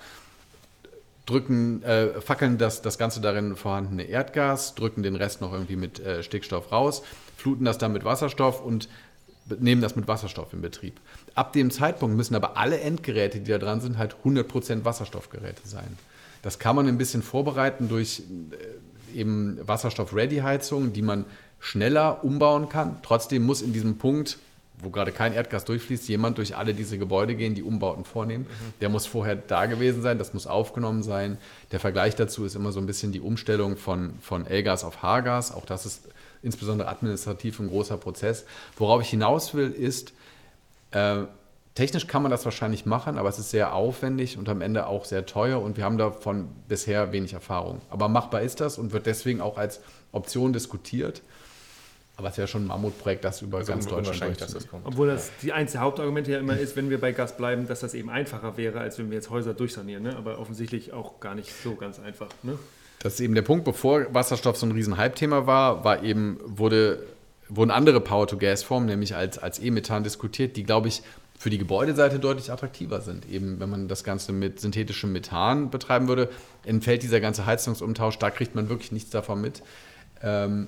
drücken, äh, fackeln das, das ganze darin vorhandene Erdgas, drücken den Rest noch irgendwie mit äh, Stickstoff raus, fluten das dann mit Wasserstoff und nehmen das mit Wasserstoff in Betrieb. Ab dem Zeitpunkt müssen aber alle Endgeräte, die da dran sind, halt hundert Prozent Wasserstoffgeräte sein. Das kann man ein bisschen vorbereiten durch äh, eben Wasserstoff-Ready-Heizungen, die man schneller umbauen kann. Trotzdem muss in diesem Punkt, wo gerade kein Erdgas durchfließt, jemand durch alle diese Gebäude gehen, die Umbauten vornehmen. Mhm. Der muss vorher da gewesen sein, das muss aufgenommen sein. Der Vergleich dazu ist immer so ein bisschen die Umstellung von, von L-Gas auf H-Gas. Auch das ist insbesondere administrativ ein großer Prozess. Worauf ich hinaus will, ist, äh, technisch kann man das wahrscheinlich machen, aber es ist sehr aufwendig und am Ende auch sehr teuer und wir haben davon bisher wenig Erfahrung. Aber machbar ist das und wird deswegen auch als Option diskutiert. Aber es wäre schon ein Mammutprojekt, das über also ganz Deutschland durchzuführen. Das Obwohl das die eins der Hauptargumente ja immer ist, wenn wir bei Gas bleiben, dass das eben einfacher wäre, als wenn wir jetzt Häuser durchsanieren. Ne? Aber offensichtlich auch gar nicht so ganz einfach. Ne? Das ist eben der Punkt, bevor Wasserstoff so ein riesen Hype-Thema war, war eben, wurde, wurden andere Power-to-Gas-Formen, nämlich als, als E-Methan diskutiert, die, glaube ich, für die Gebäudeseite deutlich attraktiver sind. Eben, wenn man das Ganze mit synthetischem Methan betreiben würde, entfällt dieser ganze Heizungsumtausch, da kriegt man wirklich nichts davon mit. Ähm,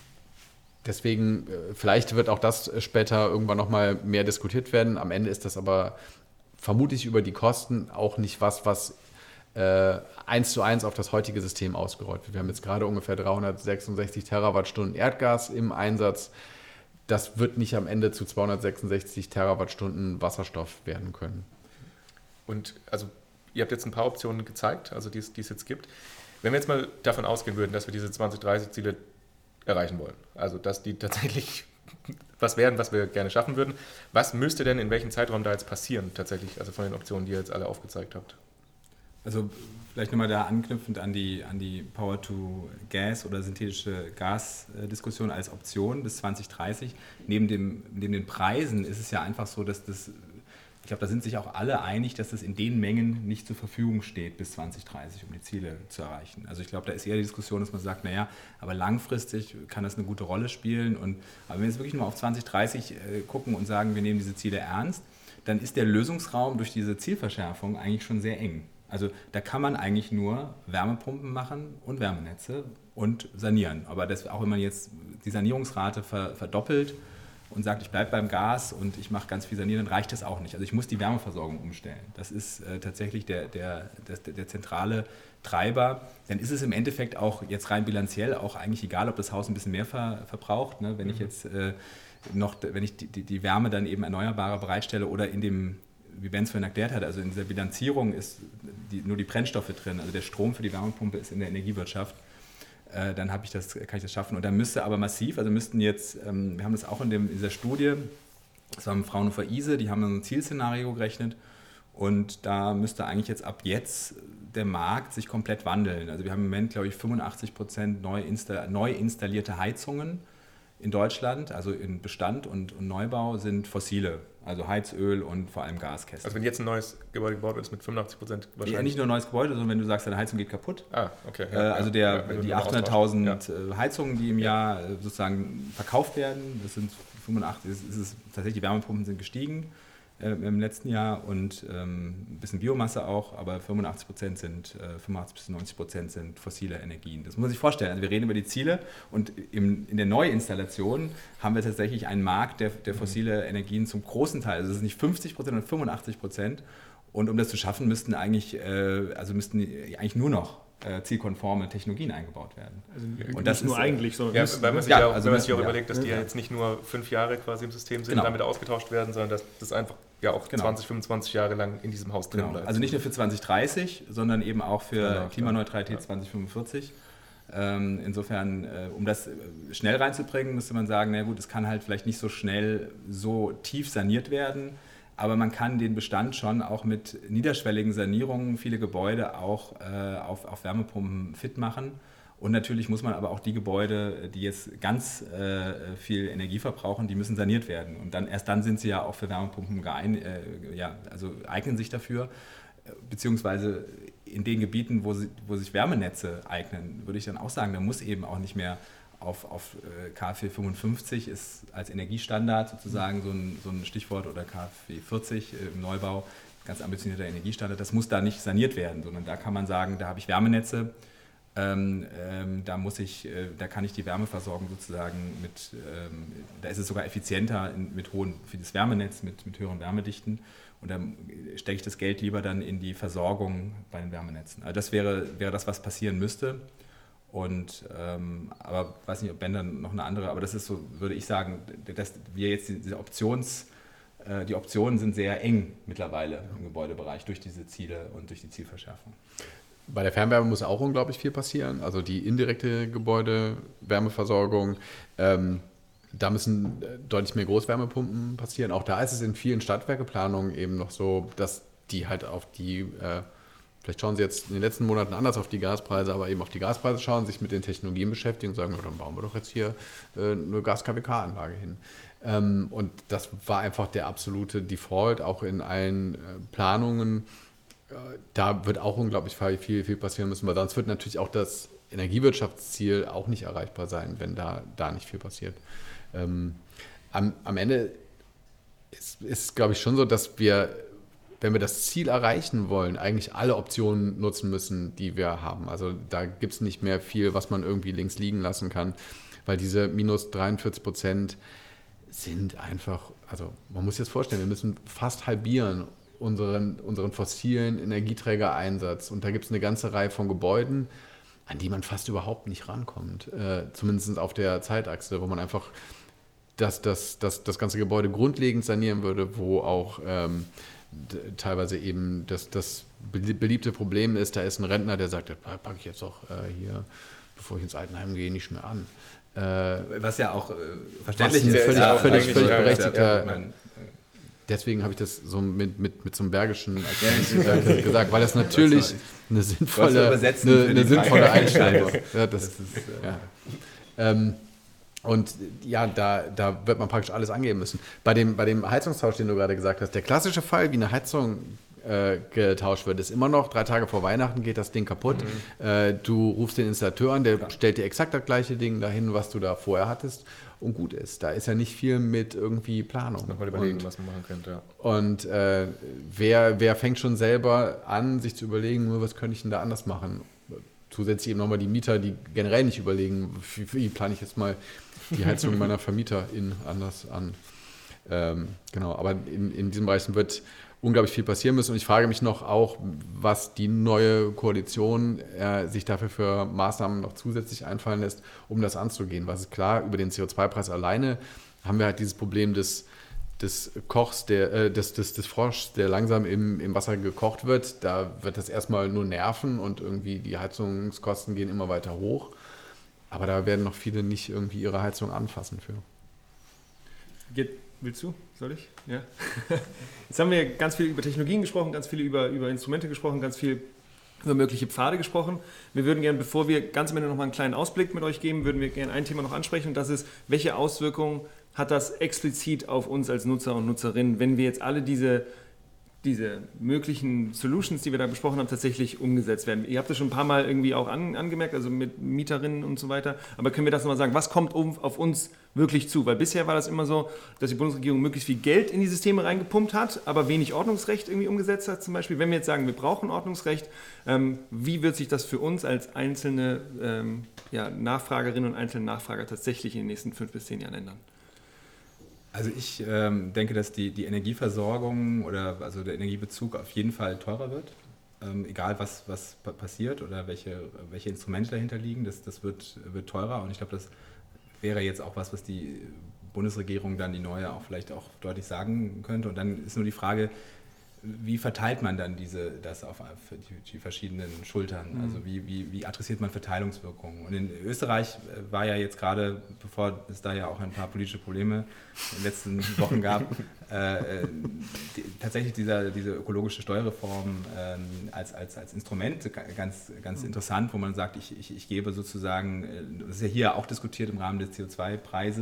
Deswegen, vielleicht wird auch das später irgendwann nochmal mehr diskutiert werden. Am Ende ist das aber vermutlich über die Kosten auch nicht was, was äh, eins zu eins auf das heutige System ausgerollt wird. Wir haben jetzt gerade ungefähr dreihundertsechsundsechzig Terawattstunden Erdgas im Einsatz. Das wird nicht am Ende zu zweihundertsechsundsechzig Terawattstunden Wasserstoff werden können. Und also ihr habt jetzt ein paar Optionen gezeigt, also die es, die es jetzt gibt. Wenn wir jetzt mal davon ausgehen würden, dass wir diese zwanzig dreißig Ziele erreichen wollen. Also, dass die tatsächlich was werden, was wir gerne schaffen würden. Was müsste denn in welchem Zeitraum da jetzt passieren, tatsächlich, also von den Optionen, die ihr jetzt alle aufgezeigt habt? Also, vielleicht nochmal da anknüpfend an die, an die Power-to-Gas oder synthetische Gas-Diskussion als Option bis zwanzig dreißig. Neben, dem, neben den Preisen ist es ja einfach so, dass das, ich glaube, da sind sich auch alle einig, dass das in den Mengen nicht zur Verfügung steht bis zwanzig dreißig, um die Ziele zu erreichen. Also ich glaube, da ist eher die Diskussion, dass man sagt, naja, aber langfristig kann das eine gute Rolle spielen. Und, aber wenn wir jetzt wirklich nur auf zwanzig dreißig äh, gucken und sagen, wir nehmen diese Ziele ernst, dann ist der Lösungsraum durch diese Zielverschärfung eigentlich schon sehr eng. Also da kann man eigentlich nur Wärmepumpen machen und Wärmenetze und sanieren. Aber das, auch wenn man jetzt die Sanierungsrate ver, verdoppelt, und sagt, ich bleibe beim Gas und ich mache ganz viel Sanieren, dann reicht das auch nicht. Also ich muss die Wärmeversorgung umstellen. Das ist äh, tatsächlich der, der, der, der zentrale Treiber. Dann ist es im Endeffekt auch jetzt rein bilanziell auch eigentlich egal, ob das Haus ein bisschen mehr ver, verbraucht. Ne? Wenn mhm. ich jetzt äh, noch, wenn ich die, die Wärme dann eben erneuerbarer bereitstelle oder in dem, wie Ben es vorhin erklärt hat, also in dieser Bilanzierung ist die, nur die Brennstoffe drin. Also der Strom für die Wärmepumpe ist in der Energiewirtschaft. Dann habe ich das, kann ich das schaffen. Und dann müsste aber massiv, also müssten jetzt, ähm, wir haben das auch in, dem, in dieser Studie, das war im Fraunhofer I S E, die haben ein Zielszenario gerechnet und da müsste eigentlich jetzt ab jetzt der Markt sich komplett wandeln. Also wir haben im Moment, glaube ich, fünfundachtzig Prozent neu, insta- neu installierte Heizungen in Deutschland, also in Bestand und, und Neubau sind fossile, also Heizöl und vor allem Gaskästen. Also wenn jetzt ein neues Gebäude gebaut wird, ist mit fünfundachtzig Prozent wahrscheinlich... Ja, nicht nur ein neues Gebäude, sondern wenn du sagst, deine Heizung geht kaputt. Ah, okay. Ja, äh, also der, ja, die achthunderttausend ja. Heizungen, die im Jahr sozusagen verkauft werden, das sind fünfundachtzig, das ist tatsächlich, die Wärmepumpen sind gestiegen äh, im letzten Jahr und ähm, ein bisschen Biomasse auch, aber fünfundachtzig Prozent sind, äh, fünfundachtzig bis neunzig Prozent sind fossile Energien. Das muss man sich vorstellen. Also wir reden über die Ziele und im, in der Neuinstallation haben wir tatsächlich einen Markt, der, der fossile Energien zum großen Teil, also das ist nicht fünfzig Prozent, sondern fünfundachtzig Prozent. Und um das zu schaffen, müssten eigentlich, äh, also müssten eigentlich nur noch äh, zielkonforme Technologien eingebaut werden. Also und nicht das nur ist, eigentlich, sondern ja, müssen, weil man sich ja, ja auch, also wenn man sich auch müssen, überlegt, dass ja. die ja jetzt nicht nur fünf Jahre quasi im System sind, genau. damit ausgetauscht werden, sondern dass das einfach ja auch genau. zwanzig, fünfundzwanzig Jahre lang in diesem Haus drin genau. bleibt. Also nicht nur für zwanzig dreißig, sondern eben auch für genau, Klimaneutralität ja. zwanzig fünfundvierzig. Ähm, insofern, äh, um das schnell reinzubringen, müsste man sagen, na gut, es kann halt vielleicht nicht so schnell so tief saniert werden, aber man kann den Bestand schon auch mit niederschwelligen Sanierungen, viele Gebäude auch äh, auf, auf Wärmepumpen fit machen. Und natürlich muss man aber auch die Gebäude, die jetzt ganz äh, viel Energie verbrauchen, die müssen saniert werden. Und dann erst dann sind sie ja auch für Wärmepumpen geeignet, äh, ja, also eignen sich dafür. beziehungsweise in den Gebieten, wo, sie, wo sich Wärmenetze eignen, würde ich dann auch sagen, da muss eben auch nicht mehr auf, auf K f W fünfundfünfzig ist als Energiestandard sozusagen so ein, so ein Stichwort oder K f W vierzig im Neubau, ganz ambitionierter Energiestandard, das muss da nicht saniert werden, sondern da kann man sagen, da habe ich Wärmenetze, ähm, ähm, da muss ich, äh, da kann ich die Wärmeversorgung sozusagen mit, ähm, da ist es sogar effizienter in, mit hohen, für das Wärmenetz mit, mit höheren Wärmedichten und dann stecke ich das Geld lieber dann in die Versorgung bei den Wärmenetzen. Also das wäre, wäre das, was passieren müsste. Und, ähm, aber ich weiß nicht, ob Ben dann noch eine andere, aber das ist so, würde ich sagen, dass wir jetzt diese Options, äh, die Optionen sind sehr eng mittlerweile im Gebäudebereich durch diese Ziele und durch die Zielverschärfung. Bei der Fernwärme muss auch unglaublich viel passieren, also die indirekte Gebäudewärmeversorgung, ähm, da müssen deutlich mehr Großwärmepumpen passieren. Auch da ist es in vielen Stadtwerkeplanungen eben noch so, dass die halt auf die äh, vielleicht schauen Sie jetzt in den letzten Monaten anders auf die Gaspreise, aber eben auf die Gaspreise schauen, sich mit den Technologien beschäftigen und sagen, ja, dann bauen wir doch jetzt hier äh, eine Gas-K W K-Anlage hin. Ähm, und das war einfach der absolute Default, auch in allen äh, Planungen. Äh, da wird auch unglaublich viel, viel passieren müssen, weil sonst wird natürlich auch das Energiewirtschaftsziel auch nicht erreichbar sein, wenn da, da nicht viel passiert. Ähm, am, am Ende ist es, glaube ich, schon so, dass wir, wenn wir das Ziel erreichen wollen, eigentlich alle Optionen nutzen müssen, die wir haben. Also da gibt es nicht mehr viel, was man irgendwie links liegen lassen kann, weil diese minus dreiundvierzig Prozent sind einfach, also man muss sich das vorstellen, wir müssen fast halbieren unseren, unseren fossilen Energieträgereinsatz. Und da gibt es eine ganze Reihe von Gebäuden, an die man fast überhaupt nicht rankommt. Äh, zumindest auf der Zeitachse, wo man einfach das, das, das, das ganze Gebäude grundlegend sanieren würde, wo auch ähm, teilweise eben das, das beliebte Problem ist, da ist ein Rentner, der sagt, das packe ich jetzt auch äh, hier, bevor ich ins Altenheim gehe, nicht mehr an. Äh, was ja auch äh, verständlich ist. Völlig, ja, völlig, völlig ja, berechtigter. Ja, deswegen habe ich das so mit, mit, mit so einem bergischen Akzent gesagt, weil das natürlich eine sinnvolle, eine, eine sinnvolle Einstellung ist. Ja, das, das ist, äh, ja. Ähm, Und ja, da, da wird man praktisch alles angeben müssen. Bei dem, bei dem Heizungstausch, den du gerade gesagt hast, der klassische Fall, wie eine Heizung äh, getauscht wird, ist immer noch, drei Tage vor Weihnachten geht das Ding kaputt. Mhm. Äh, du rufst den Installateur an, der ja. stellt dir exakt das gleiche Ding dahin, was du da vorher hattest und gut ist. Da ist ja nicht viel mit irgendwie Planung. Nochmal überlegen, und, was man machen könnte. Ja. Und äh, wer, wer fängt schon selber an, sich zu überlegen, was könnte ich denn da anders machen? Zusätzlich eben nochmal die Mieter, die generell nicht überlegen, wie, wie plane ich jetzt mal die Heizung meiner VermieterInnen anders an. Ähm, genau, aber in, in diesem Bereich wird unglaublich viel passieren müssen und ich frage mich noch auch, was die neue Koalition äh, sich dafür für Maßnahmen noch zusätzlich einfallen lässt, um das anzugehen. Was ist klar, über den C O zwei Preis alleine haben wir halt dieses Problem des, des Kochs, der, äh, des, des, des Froschs, der langsam im, im Wasser gekocht wird. Da wird das erstmal nur nerven und irgendwie die Heizungskosten gehen immer weiter hoch. Aber da werden noch viele nicht irgendwie ihre Heizung anfassen für. Geht, willst du? Soll ich? Ja. Jetzt haben wir ganz viel über Technologien gesprochen, ganz viel über, über Instrumente gesprochen, ganz viel über mögliche Pfade gesprochen. Wir würden gerne, bevor wir ganz am Ende noch mal einen kleinen Ausblick mit euch geben, würden wir gerne ein Thema noch ansprechen und das ist, welche Auswirkungen hat das explizit auf uns als Nutzer und Nutzerinnen, wenn wir jetzt alle diese diese möglichen Solutions, die wir da besprochen haben, tatsächlich umgesetzt werden. Ihr habt das schon ein paar Mal irgendwie auch an, angemerkt, also mit Mieterinnen und so weiter. Aber können wir das nochmal sagen, was kommt um, auf uns wirklich zu? Weil bisher war das immer so, dass die Bundesregierung möglichst viel Geld in die Systeme reingepumpt hat, aber wenig Ordnungsrecht irgendwie umgesetzt hat. Zum Beispiel, wenn wir jetzt sagen, wir brauchen Ordnungsrecht, ähm, wie wird sich das für uns als einzelne ähm, ja, Nachfragerinnen und einzelne Nachfrager tatsächlich in den nächsten fünf bis zehn Jahren ändern? Also ich ähm, denke, dass die, die Energieversorgung oder also der Energiebezug auf jeden Fall teurer wird, ähm, egal was, was passiert oder welche, welche Instrumente dahinter liegen, das, das wird, wird teurer und ich glaube, das wäre jetzt auch was, was die Bundesregierung dann, die neue, auch vielleicht auch deutlich sagen könnte und dann ist nur die Frage, wie verteilt man dann diese, das auf die, die verschiedenen Schultern? Mhm. Also wie, wie, wie adressiert man Verteilungswirkungen? Und in Österreich war ja jetzt gerade, bevor es da ja auch ein paar politische Probleme in den letzten Wochen gab, äh, die, tatsächlich dieser, diese ökologische Steuerreform äh, als, als, als Instrument ganz, ganz mhm. interessant, wo man sagt, ich, ich, ich gebe sozusagen, das ist ja hier auch diskutiert im Rahmen des C O zwei Preises,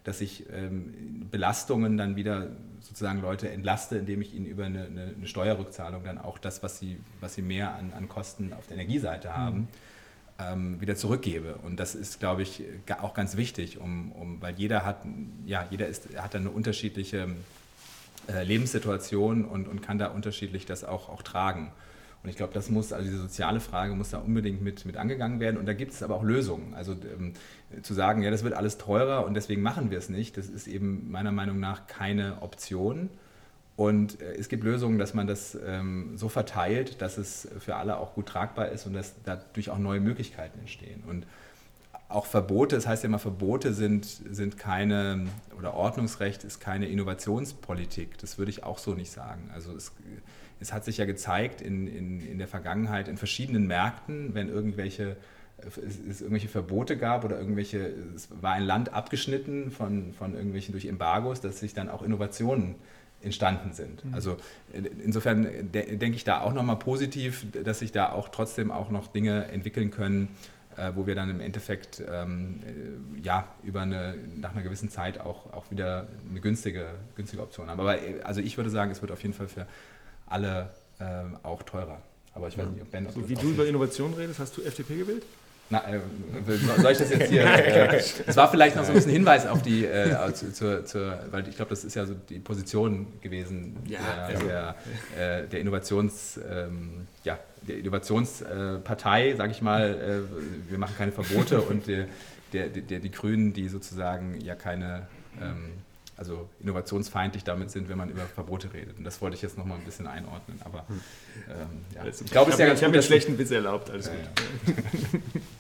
dass ich ähm, Belastungen dann wieder sozusagen Leute entlaste, indem ich ihnen über eine, eine, eine Steuerrückzahlung dann auch das, was sie, was sie mehr an, an Kosten auf der Energieseite haben, mhm. ähm, wieder zurückgebe. Und das ist, glaube ich, auch ganz wichtig, um, um, weil jeder hat, ja, jeder ist, hat eine unterschiedliche äh, Lebenssituation und, und kann da unterschiedlich das auch, auch tragen. Und ich glaube, das muss, also diese soziale Frage muss da unbedingt mit, mit angegangen werden. Und da gibt es aber auch Lösungen. Also ähm, zu sagen, ja, das wird alles teurer und deswegen machen wir es nicht, das ist eben meiner Meinung nach keine Option. Und äh, es gibt Lösungen, dass man das ähm, so verteilt, dass es für alle auch gut tragbar ist und dass dadurch auch neue Möglichkeiten entstehen. Und auch Verbote, das heißt ja immer, Verbote sind, sind keine, oder Ordnungsrecht ist keine Innovationspolitik. Das würde ich auch so nicht sagen. Also es Es hat sich ja gezeigt in, in, in der Vergangenheit in verschiedenen Märkten, wenn irgendwelche, es, es irgendwelche Verbote gab oder irgendwelche, es war ein Land abgeschnitten von, von irgendwelchen durch Embargos, dass sich dann auch Innovationen entstanden sind. Mhm. Also insofern de, denke ich da auch nochmal positiv, dass sich da auch trotzdem auch noch Dinge entwickeln können, äh, wo wir dann im Endeffekt ähm, ja, über eine, nach einer gewissen Zeit auch, auch wieder eine günstige, günstige Option haben. Aber also ich würde sagen, es wird auf jeden Fall für alle äh, auch teurer. Aber ich weiß nicht, ob Ben... Ob so, wie du über Innovation redest, hast du F D P gewählt? Na, äh, soll ich das jetzt hier... Äh, das war vielleicht noch so ein bisschen Hinweis auf die... Äh, zu, zur, zur, weil ich glaube, das ist ja so die Position gewesen ja, der, ja. der, äh, der Innovations... Ähm, ja, der Innovationspartei, äh, sage ich mal. Äh, wir machen keine Verbote und der, der, der, die Grünen, die sozusagen ja keine... Ähm, also innovationsfeindlich damit sind, wenn man über Verbote redet. Und das wollte ich jetzt noch mal ein bisschen einordnen. Aber ähm, ja. ich glaube, es ist ja ganz gut. Ich habe mir einen schlechten Witz erlaubt. Alles ja, gut. Ja.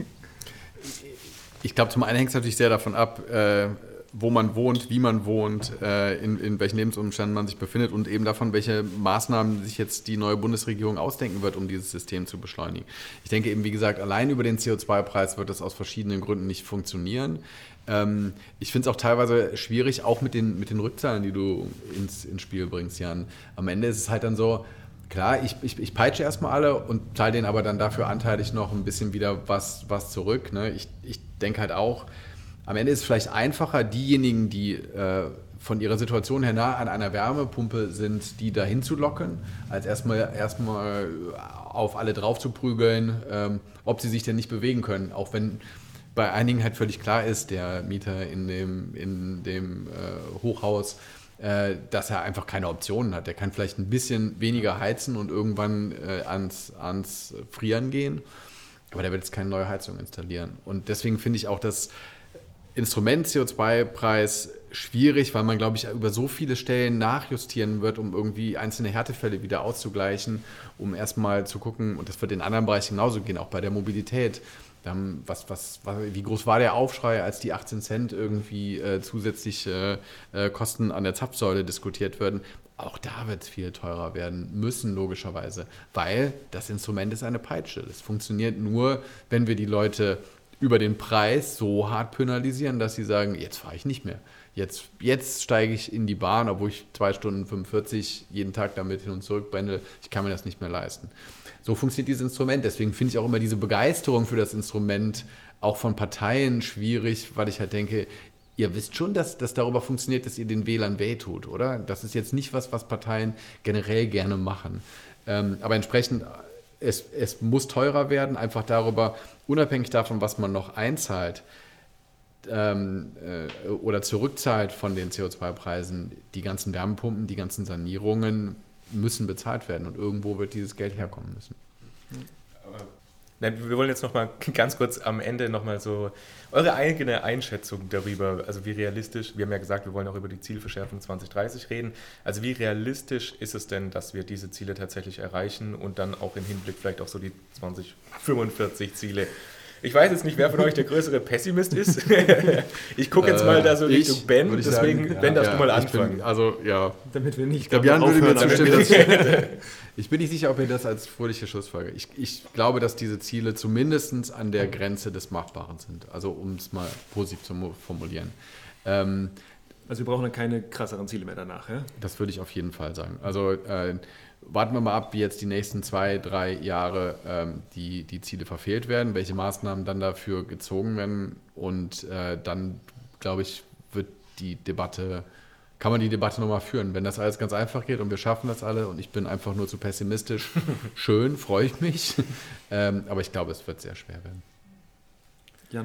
Ich glaube, zum einen hängt es natürlich sehr davon ab, äh, wo man wohnt, wie man wohnt, äh, in, in welchen Lebensumständen man sich befindet und eben davon, welche Maßnahmen sich jetzt die neue Bundesregierung ausdenken wird, um dieses System zu beschleunigen. Ich denke eben, wie gesagt, allein über den C O zwei Preis wird das aus verschiedenen Gründen nicht funktionieren. Ähm, ich finde es auch teilweise schwierig, auch mit den, mit den Rückzahlen, die du ins, ins Spiel bringst, Jan. Am Ende ist es halt dann so, klar, ich, ich, ich peitsche erstmal alle und zahle denen aber dann dafür anteilig noch ein bisschen wieder was, was zurück. Ne? Ich, ich denke halt auch, am Ende ist es vielleicht einfacher, diejenigen, die äh, von ihrer Situation her nah an einer Wärmepumpe sind, die dahin zu locken, als erstmal, erstmal auf alle drauf zu prügeln, ähm, ob sie sich denn nicht bewegen können. Auch wenn bei einigen halt völlig klar ist, der Mieter in dem, in dem äh, Hochhaus, äh, dass er einfach keine Optionen hat. Der kann vielleicht ein bisschen weniger heizen und irgendwann äh, ans, ans Frieren gehen, aber der wird jetzt keine neue Heizung installieren. Und deswegen finde ich auch das Instrument C O zwei Preis schwierig, weil man, glaube ich, über so viele Stellen nachjustieren wird, um irgendwie einzelne Härtefälle wieder auszugleichen, um erstmal zu gucken, und das wird in anderen Bereichen genauso gehen, auch bei der Mobilität. Was, was, was, wie groß war der Aufschrei, als die achtzehn Cent irgendwie äh, zusätzlich äh, Kosten an der Zapfsäule diskutiert werden? Auch da wird es viel teurer werden müssen, logischerweise, weil das Instrument ist eine Peitsche. Das funktioniert nur, wenn wir die Leute über den Preis so hart penalisieren, dass sie sagen, jetzt fahre ich nicht mehr. Jetzt, jetzt steige ich in die Bahn, obwohl ich zwei Stunden fünfundvierzig jeden Tag damit hin und zurück pendel. Ich kann mir das nicht mehr leisten. So funktioniert dieses Instrument. Deswegen finde ich auch immer diese Begeisterung für das Instrument auch von Parteien schwierig, weil ich halt denke, ihr wisst schon, dass das darüber funktioniert, dass ihr den Wählern wehtut, oder? Das ist jetzt nicht was, was Parteien generell gerne machen. Ähm, aber entsprechend, es, es muss teurer werden, einfach darüber, unabhängig davon, was man noch einzahlt ähm, äh, oder zurückzahlt von den C O zwei Preisen, die ganzen Wärmepumpen, die ganzen Sanierungen müssen bezahlt werden und irgendwo wird dieses Geld herkommen müssen. Wir wollen jetzt noch mal ganz kurz am Ende noch mal so eure eigene Einschätzung darüber, also wie realistisch, wir haben ja gesagt, wir wollen auch über die Zielverschärfung zwanzig dreißig reden, also wie realistisch ist es denn, dass wir diese Ziele tatsächlich erreichen und dann auch im Hinblick vielleicht auch so die zwanzig fünfundvierzig Ziele. Ich weiß jetzt nicht, wer von euch der größere Pessimist ist. Ich gucke jetzt mal da so Richtung ich, Ben, deswegen, sagen, Ben, darfst ja, du mal anfangen. Bin, also, ja. Damit wir nicht... Ich glaube, Jan würde mir zustimmen, dass, ich bin nicht sicher, ob ihr das als fröhliche Schlussfolgerung... Ich, ich glaube, dass diese Ziele zumindest an der Grenze des Machbaren sind. Also, um es mal positiv zu formulieren. Ähm, also, wir brauchen dann keine krasseren Ziele mehr danach, ja? Das würde ich auf jeden Fall sagen. Also, äh, warten wir mal ab, wie jetzt die nächsten zwei, drei Jahre ähm, die, die Ziele verfehlt werden, welche Maßnahmen dann dafür gezogen werden und äh, dann, glaube ich, wird die Debatte, kann man die Debatte nochmal führen. Wenn das alles ganz einfach geht und wir schaffen das alle und ich bin einfach nur zu pessimistisch, schön, freue ich mich. ähm, aber ich glaube, es wird sehr schwer werden. Jan?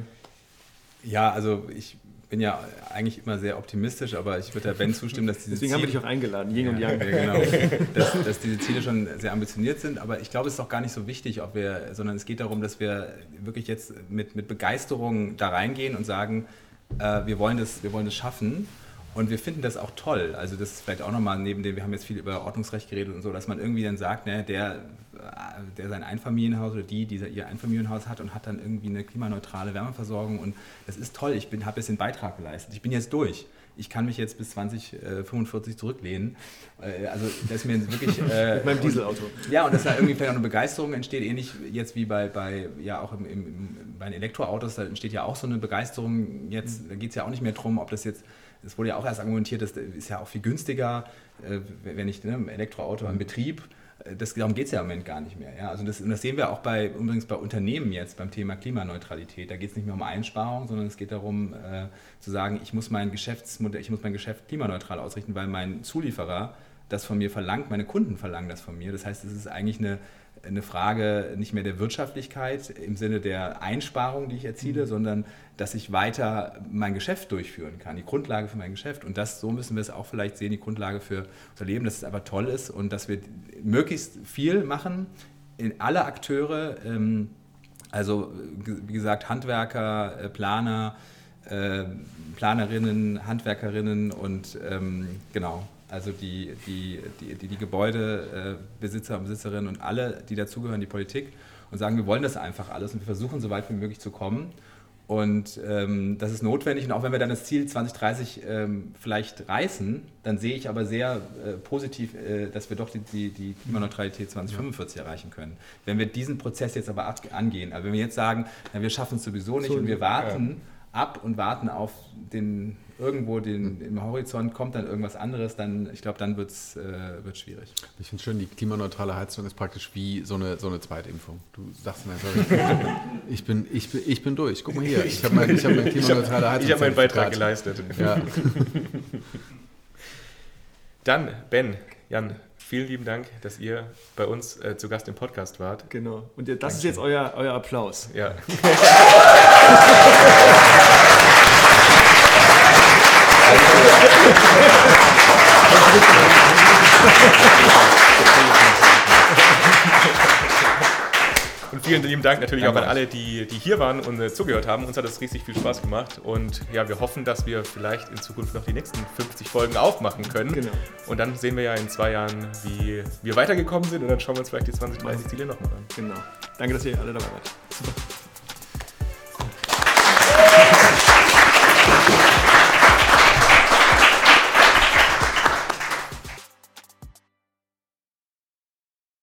Ja, also ich bin ja eigentlich immer sehr optimistisch, aber ich würde der Ben zustimmen, dass diese Deswegen Ziele, haben wir dich auch eingeladen, Yin und Yang. Ja, genau, dass, dass diese Ziele schon sehr ambitioniert sind, aber ich glaube, es ist auch gar nicht so wichtig, ob wir, sondern es geht darum, dass wir wirklich jetzt mit, mit Begeisterung da reingehen und sagen, äh, wir wollen das, wir wollen das schaffen. Und wir finden das auch toll. Also das ist vielleicht auch nochmal neben dem, wir haben jetzt viel über Ordnungsrecht geredet und so, dass man irgendwie dann sagt, ne, der, der sein Einfamilienhaus oder die, die ihr Einfamilienhaus hat und hat dann irgendwie eine klimaneutrale Wärmeversorgung und das ist toll, ich habe jetzt den Beitrag geleistet. Ich bin jetzt durch. Ich kann mich jetzt bis zwanzig fünfundvierzig zurücklehnen. Also das ist mir wirklich... Äh, Mit meinem Dieselauto. Und, ja, und dass da irgendwie vielleicht auch eine Begeisterung entsteht, ähnlich jetzt wie bei, bei ja auch im, im, bei den Elektroautos, da entsteht ja auch so eine Begeisterung jetzt, da geht es ja auch nicht mehr darum, ob das jetzt... Es wurde ja auch erst argumentiert, das ist ja auch viel günstiger, wenn ich ne, ein Elektroauto im Betrieb, das, darum geht es ja im Moment gar nicht mehr. Ja? Also das, und das sehen wir auch bei, übrigens bei Unternehmen jetzt beim Thema Klimaneutralität. Da geht es nicht mehr um Einsparung, sondern es geht darum äh, zu sagen, ich muss mein Geschäftsmodell, ich muss mein Geschäft klimaneutral ausrichten, weil mein Zulieferer das von mir verlangt, meine Kunden verlangen das von mir. Das heißt, es ist eigentlich eine eine Frage nicht mehr der Wirtschaftlichkeit im Sinne der Einsparung, die ich erziele, mhm. sondern dass ich weiter mein Geschäft durchführen kann, die Grundlage für mein Geschäft. Und das, so müssen wir es auch vielleicht sehen, die Grundlage für unser Leben, dass es aber toll ist und dass wir möglichst viel machen, in alle Akteure, ähm, also wie gesagt Handwerker, äh, Planer, äh, Planerinnen, Handwerkerinnen und ähm, genau, also die, die, die, die, die Gebäudebesitzer und Besitzerinnen und alle, die dazugehören, die Politik, und sagen, wir wollen das einfach alles und wir versuchen, so weit wie möglich zu kommen. Und ähm, das ist notwendig. Und auch wenn wir dann das Ziel zwanzig dreißig ähm, vielleicht reißen, dann sehe ich aber sehr äh, positiv, äh, dass wir doch die, die, die Klimaneutralität zwanzig fünfundvierzig erreichen können. Wenn wir diesen Prozess jetzt aber ab, angehen, also wenn wir jetzt sagen, na, wir schaffen es sowieso nicht so, und wir warten ja. ab und warten auf den... irgendwo den, im Horizont kommt dann irgendwas anderes, dann, ich glaube, dann wird es äh, wird's schwierig. Ich finde schön, die klimaneutrale Heizung ist praktisch wie so eine, so eine Zweitimpfung. Du sagst dann einfach, ich bin, ich, bin, ich bin durch. Guck mal hier, ich habe mein, hab meine klimaneutrale Heizung. Ich habe meinen Beitrag geleistet. Ja. Dann, Ben, Jan, vielen lieben Dank, dass ihr bei uns äh, zu Gast im Podcast wart. Genau. Und das Dankeschön. Ist jetzt euer, euer Applaus. Ja. Und vielen lieben Dank natürlich ja, auch an alle, die, die hier waren und äh, zugehört haben. Uns hat es riesig viel Spaß gemacht und ja, wir hoffen, dass wir vielleicht in Zukunft noch die nächsten fünfzig Folgen aufmachen können. Genau. Und dann sehen wir ja in zwei Jahren, wie wir weitergekommen sind und dann schauen wir uns vielleicht die zwanzig dreißig Ziele nochmal an. Genau. Danke, dass ihr alle dabei wart. Super.